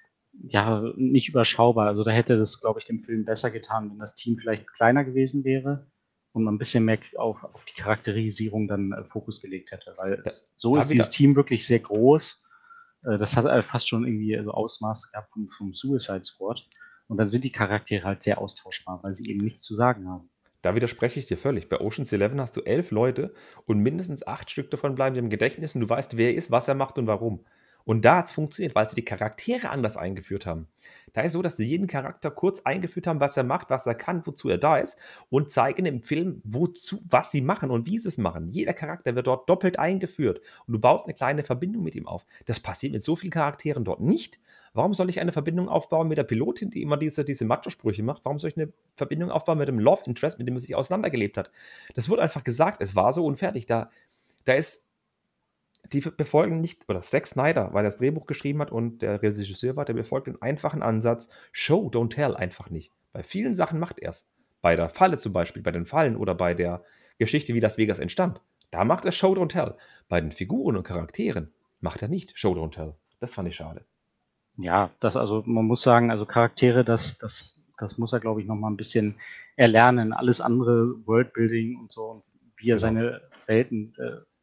B: ja, nicht überschaubar. Also da hätte das, glaube ich, dem Film besser getan, wenn das Team vielleicht kleiner gewesen wäre und man ein bisschen mehr auf die Charakterisierung dann Fokus gelegt hätte. Weil
A: Da,
B: so
A: da
B: ist dieses
A: wieder,
B: Team wirklich sehr groß. Das hat fast schon irgendwie so Ausmaß gehabt vom Suicide Squad. Und dann sind die Charaktere halt sehr austauschbar, weil sie eben nichts zu sagen haben.
A: Da widerspreche ich dir völlig. Bei Ocean's 11 hast du 11 Leute und mindestens 8 Stück davon bleiben dir im Gedächtnis und du weißt, wer er ist, was er macht und warum. Und da hat es funktioniert, weil sie die Charaktere anders eingeführt haben. Da ist so, dass sie jeden Charakter kurz eingeführt haben, was er macht, was er kann, wozu er da ist und zeigen im Film, was sie machen und wie sie es machen. Jeder Charakter wird dort doppelt eingeführt und du baust eine kleine Verbindung mit ihm auf. Das passiert mit so vielen Charakteren dort nicht. Warum soll ich eine Verbindung aufbauen mit der Pilotin, die immer diese Macho-Sprüche macht? Warum soll ich eine Verbindung aufbauen mit dem Love Interest, mit dem er sich auseinandergelebt hat? Das wurde einfach gesagt, es war so unfertig. Da ist, die befolgen nicht, oder Zack Snyder, weil er das Drehbuch geschrieben hat und der Regisseur war, der befolgt den einfachen Ansatz, Show, don't tell, einfach nicht. Bei vielen Sachen macht er es. Bei der Falle zum Beispiel, bei den Fallen oder bei der Geschichte, wie Las Vegas entstand. Da macht er Show, don't tell. Bei den Figuren und Charakteren macht er nicht Show, don't tell. Das fand ich schade.
B: Ja, also man muss sagen, also Charaktere, das muss er, glaube ich, noch mal ein bisschen erlernen. Alles andere, Worldbuilding und so, und wie er
A: Genau.
B: seine Welten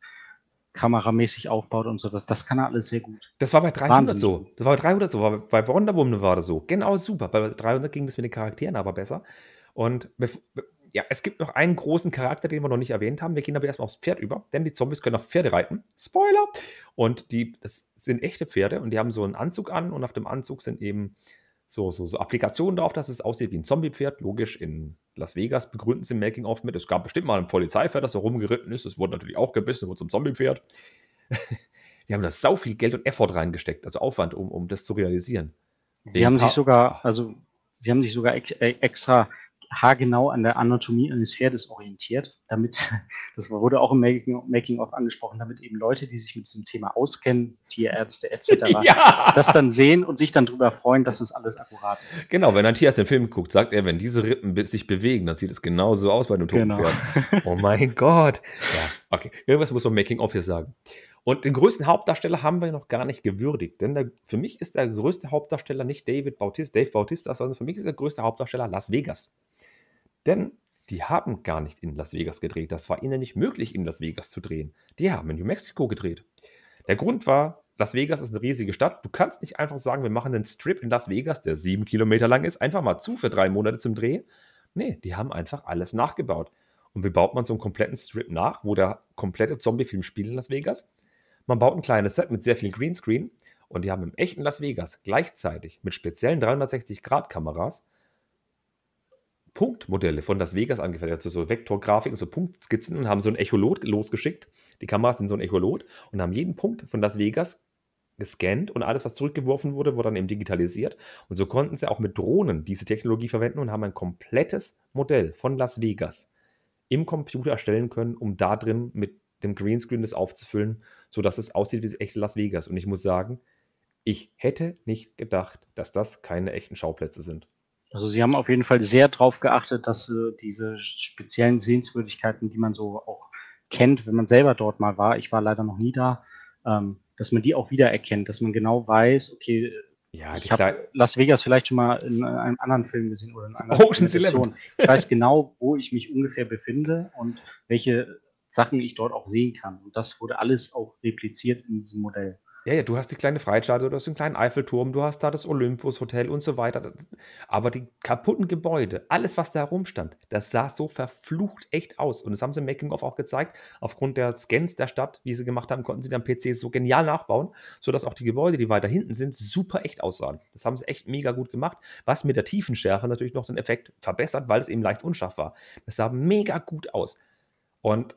B: kameramäßig aufbaut und so, das kann er alles sehr gut.
A: Das war bei 300
B: Wahnsinnig
A: so.
B: gut.
A: Das war bei 300 so. Bei Wonder Woman war das so. Genau, super. Bei 300 ging das mit den Charakteren aber besser. Und ja, es gibt noch einen großen Charakter, den wir noch nicht erwähnt haben. Wir gehen aber erstmal aufs Pferd über, denn die Zombies können auf Pferde reiten. Spoiler! Und das sind echte Pferde und die haben so einen Anzug an und auf dem Anzug sind eben so Applikationen drauf, dass es aussieht wie ein Zombie-Pferd. Logisch, in Las Vegas begründen sie im Making-of mit. Es gab bestimmt mal ein Polizeipferd, das so rumgeritten ist. Es wurde natürlich auch gebissen, wurde zum Zombie-Pferd. Die haben da sau viel Geld und Effort reingesteckt, also Aufwand, um das zu realisieren.
B: Sie haben sich sogar extra haargenau an der Anatomie eines Pferdes orientiert, damit, das wurde auch im Making-of angesprochen, damit eben Leute, die sich mit diesem Thema auskennen, Tierärzte etc.,
A: Ja!
B: das dann sehen und sich dann drüber freuen, dass das alles akkurat ist.
A: Genau, wenn ein Tierarzt den Film guckt, sagt er, wenn diese Rippen sich bewegen, dann sieht es genauso aus bei einem toten
B: Genau.
A: Pferd. Oh mein Gott. Ja, okay. Irgendwas muss man Making-of hier sagen. Und den größten Hauptdarsteller haben wir noch gar nicht gewürdigt, denn für mich ist der größte Hauptdarsteller nicht Dave Bautista, sondern für mich ist der größte Hauptdarsteller Las Vegas. Denn die haben gar nicht in Las Vegas gedreht. Das war ihnen nicht möglich, in Las Vegas zu drehen. Die haben in New Mexico gedreht. Der Grund war, Las Vegas ist eine riesige Stadt. Du kannst nicht einfach sagen, wir machen einen Strip in Las Vegas, der 7 Kilometer lang ist, einfach mal zu für 3 Monate zum Dreh. Nee, die haben einfach alles nachgebaut. Und wie baut man so einen kompletten Strip nach, wo der komplette Zombie-Film spielt in Las Vegas? Man baut ein kleines Set mit sehr viel Greenscreen und die haben im echten Las Vegas gleichzeitig mit speziellen 360-Grad-Kameras Punktmodelle von Las Vegas angefertigt, also so Vektorgrafiken, so Punktskizzen und haben so ein Echolot losgeschickt. Die Kameras sind so ein Echolot und haben jeden Punkt von Las Vegas gescannt und alles, was zurückgeworfen wurde, wurde dann eben digitalisiert. Und so konnten sie auch mit Drohnen diese Technologie verwenden und haben ein komplettes Modell von Las Vegas im Computer erstellen können, um da drin mit dem Greenscreen das aufzufüllen, sodass es aussieht wie das echte Las Vegas. Und ich muss sagen, ich hätte nicht gedacht, dass das keine echten Schauplätze sind.
B: Also sie haben auf jeden Fall sehr darauf geachtet, dass diese speziellen Sehenswürdigkeiten, die man so auch kennt, wenn man selber dort mal war, ich war leider noch nie da, dass man die auch wiedererkennt, dass man genau weiß, okay,
A: Ja,
B: ich habe Las Vegas vielleicht schon mal in einem anderen Film gesehen oder in einer
A: Ocean's 11.
B: Ich weiß genau, wo ich mich ungefähr befinde und welche Sachen ich dort auch sehen kann. Und das wurde alles auch repliziert in diesem Modell.
A: Ja, ja, du hast die kleine Freischale, du hast den kleinen Eiffelturm, du hast da das Olympus-Hotel und so weiter. Aber die kaputten Gebäude, alles, was da rumstand, das sah so verflucht echt aus. Und das haben sie im Making-of auch gezeigt. Aufgrund der Scans der Stadt, wie sie gemacht haben, konnten sie dann PCs so genial nachbauen, sodass auch die Gebäude, die weiter hinten sind, super echt aussahen. Das haben sie echt mega gut gemacht, was mit der Tiefenschärfe natürlich noch den Effekt verbessert, weil es eben leicht unscharf war. Das sah mega gut aus. Und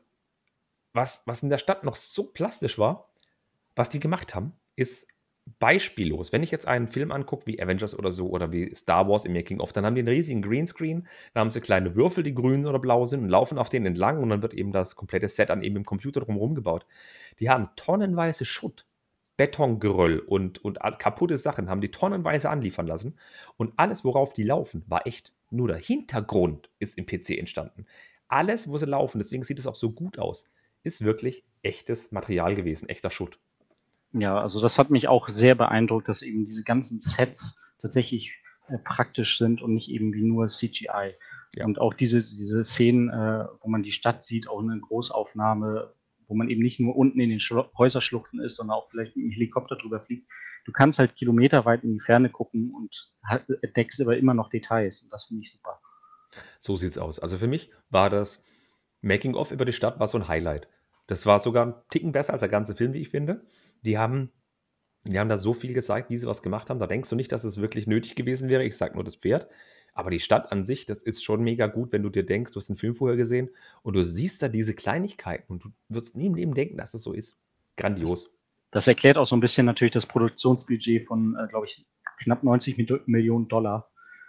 A: was in der Stadt noch so plastisch war, was die gemacht haben, ist beispiellos. Wenn ich jetzt einen Film angucke, wie Avengers oder so, oder wie Star Wars im Making-of, dann haben die einen riesigen Greenscreen, dann haben sie kleine Würfel, die grün oder blau sind und laufen auf denen entlang und dann wird eben das komplette Set dann eben im Computer drumherum gebaut. Die haben tonnenweise Schutt, Betongeröll und kaputte Sachen, haben die tonnenweise anliefern lassen und alles, worauf die laufen, war echt. Nur der Hintergrund ist im PC entstanden. Alles, wo sie laufen, deswegen sieht es auch so gut aus, ist wirklich echtes Material gewesen, echter Schutt.
B: Ja, also das hat mich auch sehr beeindruckt, dass eben diese ganzen Sets tatsächlich praktisch sind und nicht eben wie nur CGI.
A: Ja.
B: Und auch diese Szenen, wo man die Stadt sieht, auch eine Großaufnahme, wo man eben nicht nur unten in den Häuserschluchten ist, sondern auch vielleicht mit dem Helikopter drüber fliegt. Du kannst halt kilometerweit in die Ferne gucken und entdeckst aber immer noch Details. Und das finde ich super.
A: So sieht's aus. Also für mich war das Making-of über die Stadt war so ein Highlight. Das war sogar ein Ticken besser als der ganze Film, wie ich finde. Die haben, die haben da so viel gezeigt, wie sie was gemacht haben. Da denkst du nicht, dass es wirklich nötig gewesen wäre. Ich sag nur das Pferd. Aber die Stadt an sich, das ist schon mega gut, wenn du dir denkst, du hast den Film vorher gesehen und du siehst da diese Kleinigkeiten und du wirst nie im Leben denken, dass es so ist. Grandios.
B: Das erklärt auch so ein bisschen natürlich das Produktionsbudget von, glaube ich, knapp 90 Millionen Dollar.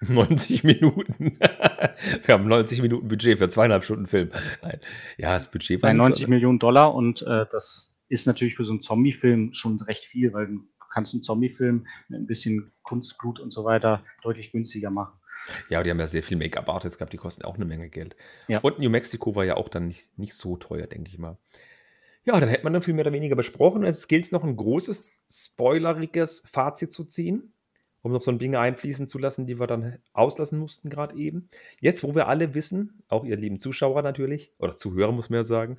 A: 90 Minuten. Wir haben 90 Minuten Budget für 2,5 Stunden Film. Nein. Ja, das Budget war
B: Bei
A: nicht
B: 90
A: so.
B: Millionen Dollar und das ist natürlich für so einen Zombie-Film schon recht viel, weil du kannst einen Zombie-Film mit ein bisschen Kunstblut und so weiter deutlich günstiger machen.
A: Ja, die haben ja sehr viel Make-up-Artists gehabt, die kosten auch eine Menge Geld.
B: Ja.
A: Und New Mexico war ja auch dann nicht so teuer, denke ich mal. Ja, dann hätte man dann viel mehr oder weniger besprochen. Es gilt noch ein großes, spoileriges Fazit zu ziehen, um noch so ein Dinge einfließen zu lassen, die wir dann auslassen mussten gerade eben. Jetzt, wo wir alle wissen, auch ihr lieben Zuschauer natürlich, oder Zuhörer muss man ja sagen,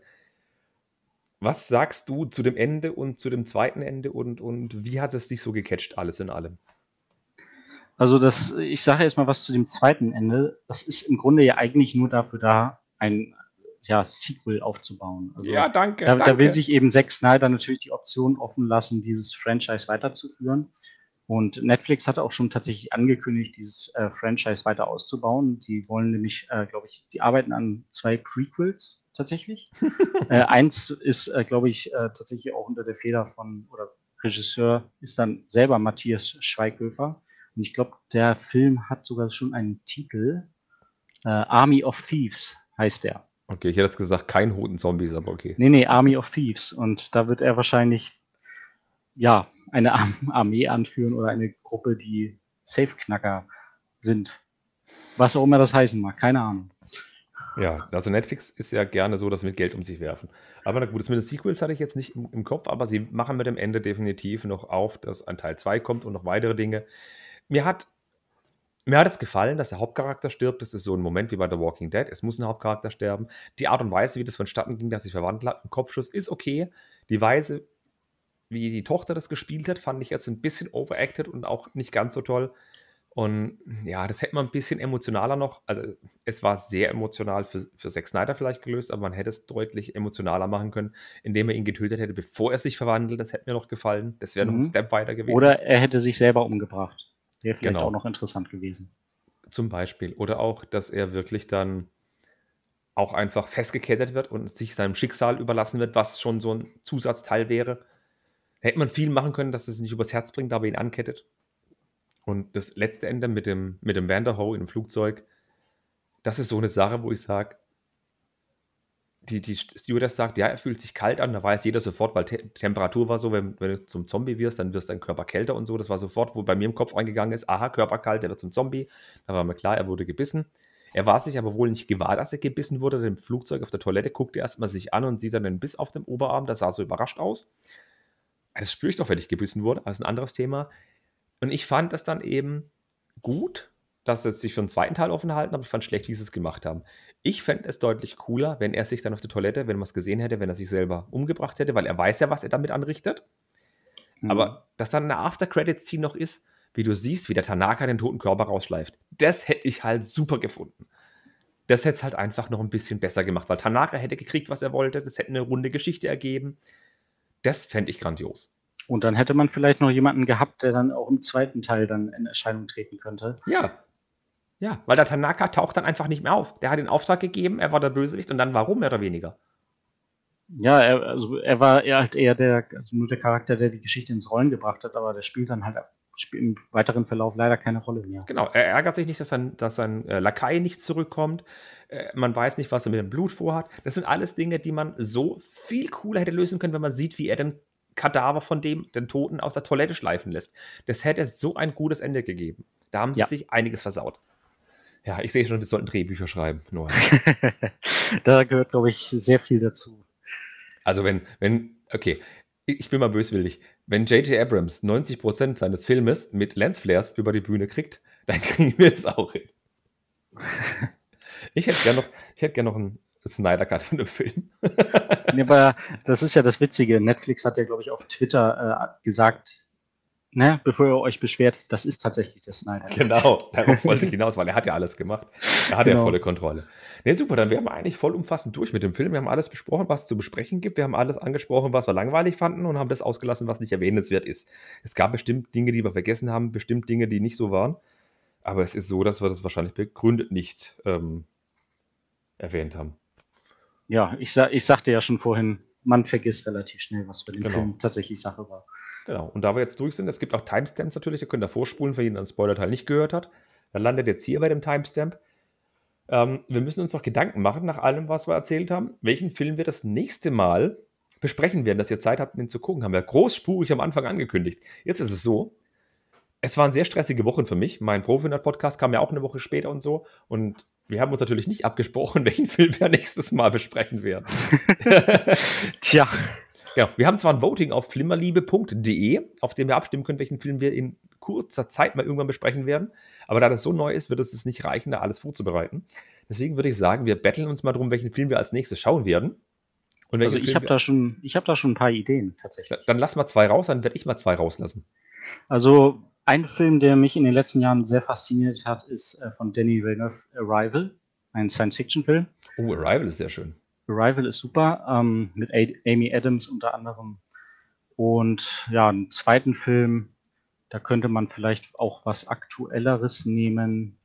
A: was sagst du zu dem Ende und zu dem zweiten Ende und wie hat es dich so gecatcht, alles in allem?
B: Also ich sage erst mal was zu dem zweiten Ende. Das ist im Grunde ja eigentlich nur dafür da, ein Sequel aufzubauen. Also
A: Ja, danke,
B: da will
A: danke.
B: sich eben Zack Snyder natürlich die Option offen lassen, dieses Franchise weiterzuführen. Und Netflix hat auch schon tatsächlich angekündigt, dieses Franchise weiter auszubauen. Die wollen nämlich, glaube ich, die arbeiten an 2 Prequels tatsächlich. Eins ist, glaube ich, tatsächlich auch unter der Feder von, oder Regisseur ist dann selber Matthias Schweighöfer. Und ich glaube, der Film hat sogar schon einen Titel. Army of Thieves heißt der.
A: Okay, ich hätte jetzt gesagt, kein Hoden-Zombies, aber okay.
B: Nee, Army of Thieves. Und da wird er wahrscheinlich, ja, eine Armee anführen oder eine Gruppe, die Safeknacker sind. Was auch immer das heißen mag, keine Ahnung.
A: Ja, also Netflix ist ja gerne so, dass sie mit Geld um sich werfen. Aber na gut, das mit den Sequels hatte ich jetzt nicht im Kopf, aber sie machen mit dem Ende definitiv noch auf, dass ein Teil 2 kommt und noch weitere Dinge. Mir hat es gefallen, dass der Hauptcharakter stirbt. Das ist so ein Moment wie bei The Walking Dead. Es muss ein Hauptcharakter sterben. Die Art und Weise, wie das vonstatten ging, dass sich verwandelt hat, ein Kopfschuss, ist okay. Die Weise, wie die Tochter das gespielt hat, fand ich jetzt ein bisschen overacted und auch nicht ganz so toll. Und ja, das hätte man ein bisschen emotionaler noch, also es war sehr emotional für Zack Snyder vielleicht gelöst, aber man hätte es deutlich emotionaler machen können, indem er ihn getötet hätte, bevor er sich verwandelt. Das hätte mir noch gefallen. Das wäre noch ein Step weiter gewesen.
B: Oder er hätte sich selber umgebracht. Wäre vielleicht
A: Genau.
B: auch noch interessant gewesen.
A: Zum Beispiel. Oder auch, dass er wirklich dann auch einfach festgekettet wird und sich seinem Schicksal überlassen wird, was schon so ein Zusatzteil wäre. Hätte man viel machen können, dass es nicht übers Herz bringt, aber ihn ankettet. Und das letzte Ende mit dem Vanderhoof in dem Flugzeug, das ist so eine Sache, wo ich sage, die Stewardess sagt, ja, er fühlt sich kalt an, da weiß jeder sofort, weil Temperatur war so, wenn du zum Zombie wirst, dann wirst dein Körper kälter und so. Das war sofort, wo bei mir im Kopf eingegangen ist, aha, Körper kalt, der wird zum Zombie. Da war mir klar, er wurde gebissen. Er war sich aber wohl nicht gewahr, dass er gebissen wurde. Im Flugzeug auf der Toilette guckte er erstmal sich an und sieht dann den Biss auf dem Oberarm. Das sah so überrascht aus. Das spüre ich doch, wenn ich gebissen wurde. Das ist ein anderes Thema. Und ich fand das dann eben gut, dass sie sich für den zweiten Teil offen halten, aber ich fand schlecht, wie sie es gemacht haben. Ich fände es deutlich cooler, wenn er sich dann auf der Toilette, wenn man es gesehen hätte, wenn er sich selber umgebracht hätte, weil er weiß ja, was er damit anrichtet. Aber dass dann eine After-Credits-Scene noch ist, wie du siehst, wie der Tanaka den toten Körper rausschleift, das hätte ich halt super gefunden. Das hätte es halt einfach noch ein bisschen besser gemacht, weil Tanaka hätte gekriegt, was er wollte, das hätte eine runde Geschichte ergeben. Das fände ich grandios.
B: Und dann hätte man vielleicht noch jemanden gehabt, der dann auch im zweiten Teil dann in Erscheinung treten könnte.
A: Ja. Ja, weil der Tanaka taucht dann einfach nicht mehr auf. Der hat den Auftrag gegeben, er war der Bösewicht und dann warum, mehr oder weniger.
B: Ja, er war halt eher nur der Charakter, der die Geschichte ins Rollen gebracht hat, aber der spielt dann halt im weiteren Verlauf leider keine Rolle mehr.
A: Genau, er ärgert sich nicht, dass sein Lakai nicht zurückkommt. Man weiß nicht, was er mit dem Blut vorhat. Das sind alles Dinge, die man so viel cooler hätte lösen können, wenn man sieht, wie er den Kadaver von den Toten aus der Toilette schleifen lässt. Das hätte so ein gutes Ende gegeben. Da haben sie sich einiges versaut. Ja, ich sehe schon, wir sollten Drehbücher schreiben.
B: Da gehört, glaube ich, sehr viel dazu.
A: Also okay, ich bin mal böswillig. Wenn J.J. Abrams 90% seines Filmes mit Lensflares über die Bühne kriegt, dann kriegen wir das auch hin. Ich hätte gern noch einen Snyder-Cut von dem Film.
B: Nee, aber das ist ja das Witzige. Netflix hat ja, glaube ich, auf Twitter gesagt, ne, bevor ihr euch beschwert, das ist tatsächlich der Snyder.
A: Genau, darauf wollte ich hinaus, weil er hat ja alles gemacht. Er hat ja volle Kontrolle. Ne, super, dann wären wir eigentlich vollumfassend durch mit dem Film. Wir haben alles besprochen, was es zu besprechen gibt. Wir haben alles angesprochen, was wir langweilig fanden und haben das ausgelassen, was nicht erwähnenswert ist. Es gab bestimmt Dinge, die wir vergessen haben, bestimmt Dinge, die nicht so waren. Aber es ist so, dass wir das wahrscheinlich begründet nicht erwähnt haben.
B: Ja, ich sagte ja schon vorhin, man vergisst relativ schnell, was für den Film tatsächlich Sache war.
A: Genau, und da wir jetzt durch sind, es gibt auch Timestamps natürlich, da könnt ihr vorspulen, wenn ihr einen Spoiler-Teil nicht gehört hat. Dann landet jetzt hier bei dem Timestamp. Wir müssen uns noch Gedanken machen, nach allem, was wir erzählt haben, welchen Film wir das nächste Mal besprechen werden, dass ihr Zeit habt, den zu gucken. Haben wir großspurig am Anfang angekündigt. Jetzt ist es so, es waren sehr stressige Wochen für mich. Mein Profi-Nerd-Podcast kam ja auch eine Woche später und so. Und wir haben uns natürlich nicht abgesprochen, welchen Film wir nächstes Mal besprechen werden.
B: Tja.
A: Ja, wir haben zwar ein Voting auf flimmerliebe.de, auf dem wir abstimmen können, welchen Film wir in kurzer Zeit mal irgendwann besprechen werden. Aber da das so neu ist, wird es nicht reichen, da alles vorzubereiten. Deswegen würde ich sagen, wir betteln uns mal drum, welchen Film wir als nächstes schauen werden. Und
B: also ich habe da schon ein paar Ideen tatsächlich.
A: Dann lass mal 2 raus, dann werde ich mal 2 rauslassen.
B: Also ein Film, der mich in den letzten Jahren sehr fasziniert hat, ist von Denis Villeneuve Arrival, ein Science-Fiction-Film.
A: Oh, Arrival ist sehr schön.
B: Arrival ist super, mit Amy Adams unter anderem. Und ja, einen zweiten Film, da könnte man vielleicht auch was Aktuelleres nehmen.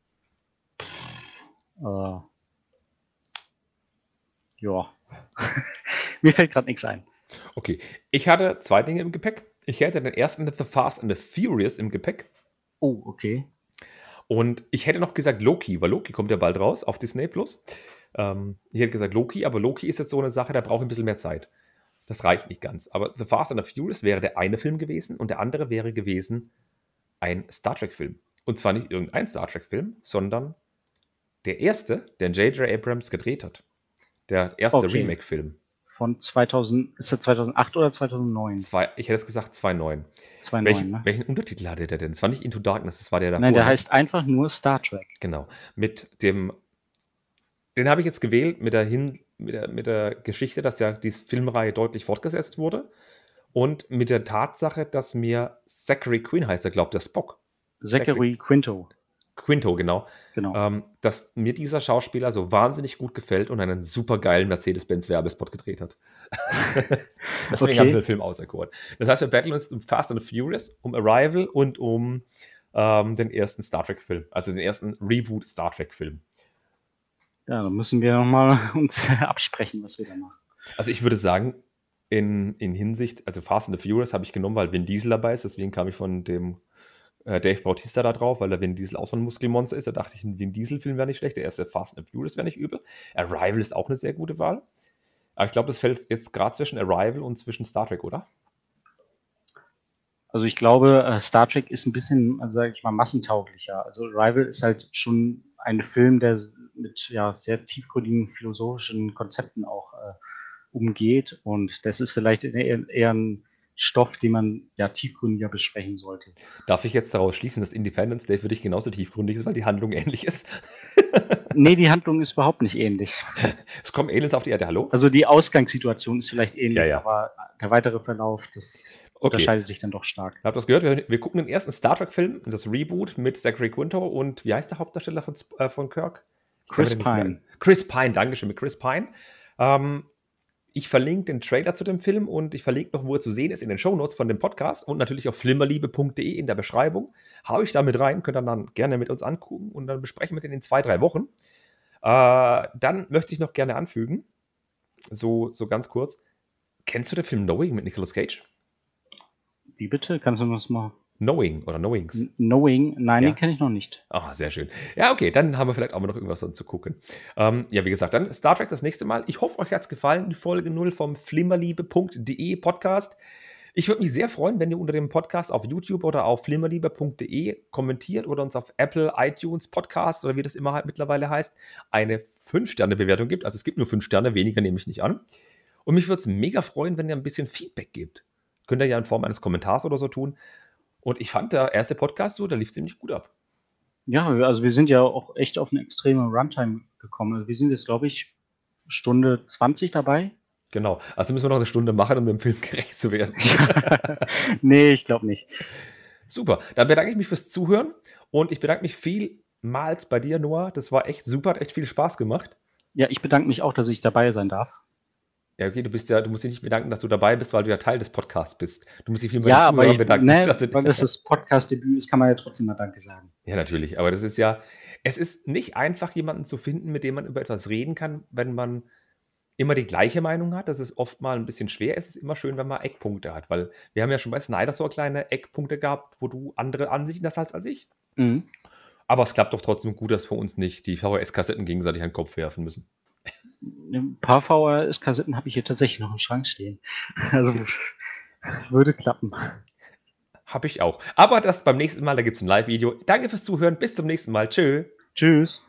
B: Ja, mir fällt gerade nichts ein.
A: Okay, ich hatte 2 Dinge im Gepäck. Ich hätte den ersten The Fast and the Furious im Gepäck.
B: Oh, okay.
A: Und ich hätte noch gesagt Loki, weil Loki kommt ja bald raus auf Disney+. Ich hätte gesagt Loki, aber Loki ist jetzt so eine Sache, da brauche ich ein bisschen mehr Zeit. Das reicht nicht ganz. Aber The Fast and the Furious wäre der eine Film gewesen und der andere wäre gewesen ein Star Trek-Film. Und zwar nicht irgendein Star Trek-Film, sondern der erste, den J.J. Abrams gedreht hat. Der erste Remake-Film.
B: Von 2000, ist das 2008 oder 2009?
A: Ich hätte es gesagt 2009.
B: 2009, ne?
A: Welchen Untertitel hatte der denn? Es war nicht Into Darkness, das war der davor.
B: Nein, der heißt einfach nur Star Trek.
A: Genau. Den habe ich jetzt gewählt mit der Geschichte, dass ja die Filmreihe deutlich fortgesetzt wurde und mit der Tatsache, dass mir Zachary Quinn heißt, er glaubt, der Spock.
B: Zachary Quinto.
A: Quinto, genau. Dass mir dieser Schauspieler so wahnsinnig gut gefällt und einen super geilen Mercedes-Benz-Werbespot gedreht hat. Deswegen haben wir den Film auserkoren. Das heißt, wir battlen uns um Fast and the Furious, um Arrival und um den ersten Star Trek-Film, also den ersten Reboot-Star Trek-Film.
B: Ja, dann müssen wir nochmal uns absprechen, was wir da machen.
A: Also ich würde sagen, in Hinsicht, also Fast and the Furious habe ich genommen, weil Vin Diesel dabei ist, deswegen kam ich von dem Dave Bautista da drauf, weil der Vin Diesel auch so ein Muskelmonster ist. Da dachte ich, ein Vin Diesel-Film wäre nicht schlecht, der erste Fast and the Furious wäre nicht übel. Arrival ist auch eine sehr gute Wahl. Aber ich glaube, das fällt jetzt gerade zwischen Arrival und zwischen Star Trek, oder?
B: Also ich glaube, Star Trek ist ein bisschen, sage ich mal, massentauglicher. Also Arrival ist halt schon ein Film, der mit sehr tiefgründigen philosophischen Konzepten auch umgeht. Und das ist vielleicht eher ein Stoff, den man tiefgründiger besprechen sollte.
A: Darf ich jetzt daraus schließen, dass Independence Day für dich genauso tiefgründig ist, weil die Handlung ähnlich ist?
B: Nee, die Handlung ist überhaupt nicht ähnlich.
A: Es kommen Aliens auf die Erde, hallo?
B: Also die Ausgangssituation ist vielleicht ähnlich, aber der weitere Verlauf, das... unterscheidet sich dann doch stark.
A: Habt ihr das gehört? Wir gucken den ersten Star Trek-Film, das Reboot mit Zachary Quinto und wie heißt der Hauptdarsteller von Kirk?
B: Chris Pine.
A: Chris Pine, Dankeschön, mit Chris Pine. Ich verlinke den Trailer zu dem Film und ich verlinke noch, wo er zu sehen ist in den Shownotes von dem Podcast und natürlich auf flimmerliebe.de in der Beschreibung. Hau ich da mit rein, könnt ihr dann gerne mit uns angucken und dann besprechen wir den in 2-3 Wochen. Dann möchte ich noch gerne anfügen, so ganz kurz, kennst du den Film Knowing mit Nicolas Cage?
B: Wie bitte? Kannst du das mal?
A: Knowing oder Knowings?
B: Knowing? Nein,
A: Ja.
B: den kenne ich noch nicht.
A: Ah, sehr schön. Ja, okay, dann haben wir vielleicht auch mal noch irgendwas zu gucken. Ja, wie gesagt, dann Star Trek das nächste Mal. Ich hoffe, euch hat es gefallen, die Folge 0 vom flimmerliebe.de Podcast. Ich würde mich sehr freuen, wenn ihr unter dem Podcast auf YouTube oder auf flimmerliebe.de kommentiert oder uns auf Apple, iTunes, Podcast oder wie das immer halt mittlerweile heißt, eine 5-Sterne-Bewertung gibt. Also es gibt nur 5 Sterne, weniger nehme ich nicht an. Und mich würde es mega freuen, wenn ihr ein bisschen Feedback gebt. Könnt ihr ja in Form eines Kommentars oder so tun. Und ich fand, der erste Podcast so, der lief ziemlich gut ab.
B: Ja, also wir sind ja auch echt auf eine extreme Runtime gekommen. Also wir sind jetzt, glaube ich, Stunde 20 dabei.
A: Genau. Also müssen wir noch eine Stunde machen, um dem Film gerecht zu werden.
B: Nee, ich glaube nicht.
A: Super. Dann bedanke ich mich fürs Zuhören und ich bedanke mich vielmals bei dir, Noah. Das war echt super, hat echt viel Spaß gemacht.
B: Ja, ich bedanke mich auch, dass ich dabei sein darf.
A: Ja, okay, du musst dich nicht bedanken, dass du dabei bist, weil du ja Teil des Podcasts bist. Du musst dich viel bei
B: Ja,
A: den Zuhörern bedanken.
B: weil das das Podcast-Debüt ist, kann man ja trotzdem mal Danke sagen.
A: Ja, natürlich. Aber das ist ja, es ist nicht einfach, jemanden zu finden, mit dem man über etwas reden kann, wenn man immer die gleiche Meinung hat. Das ist oft mal ein bisschen schwer. Es ist immer schön, wenn man Eckpunkte hat, weil wir haben ja schon bei Snyder so kleine Eckpunkte gehabt, wo du andere Ansichten hast als ich.
B: Mhm.
A: Aber es klappt doch trotzdem gut, dass wir uns nicht die VHS-Kassetten gegenseitig an den Kopf werfen müssen.
B: Ein paar VHS-Kassetten habe ich hier tatsächlich noch im Schrank stehen. Also würde klappen.
A: Habe ich auch. Aber das beim nächsten Mal, da gibt es ein Live-Video. Danke fürs Zuhören. Bis zum nächsten Mal. Tschö.
B: Tschüss.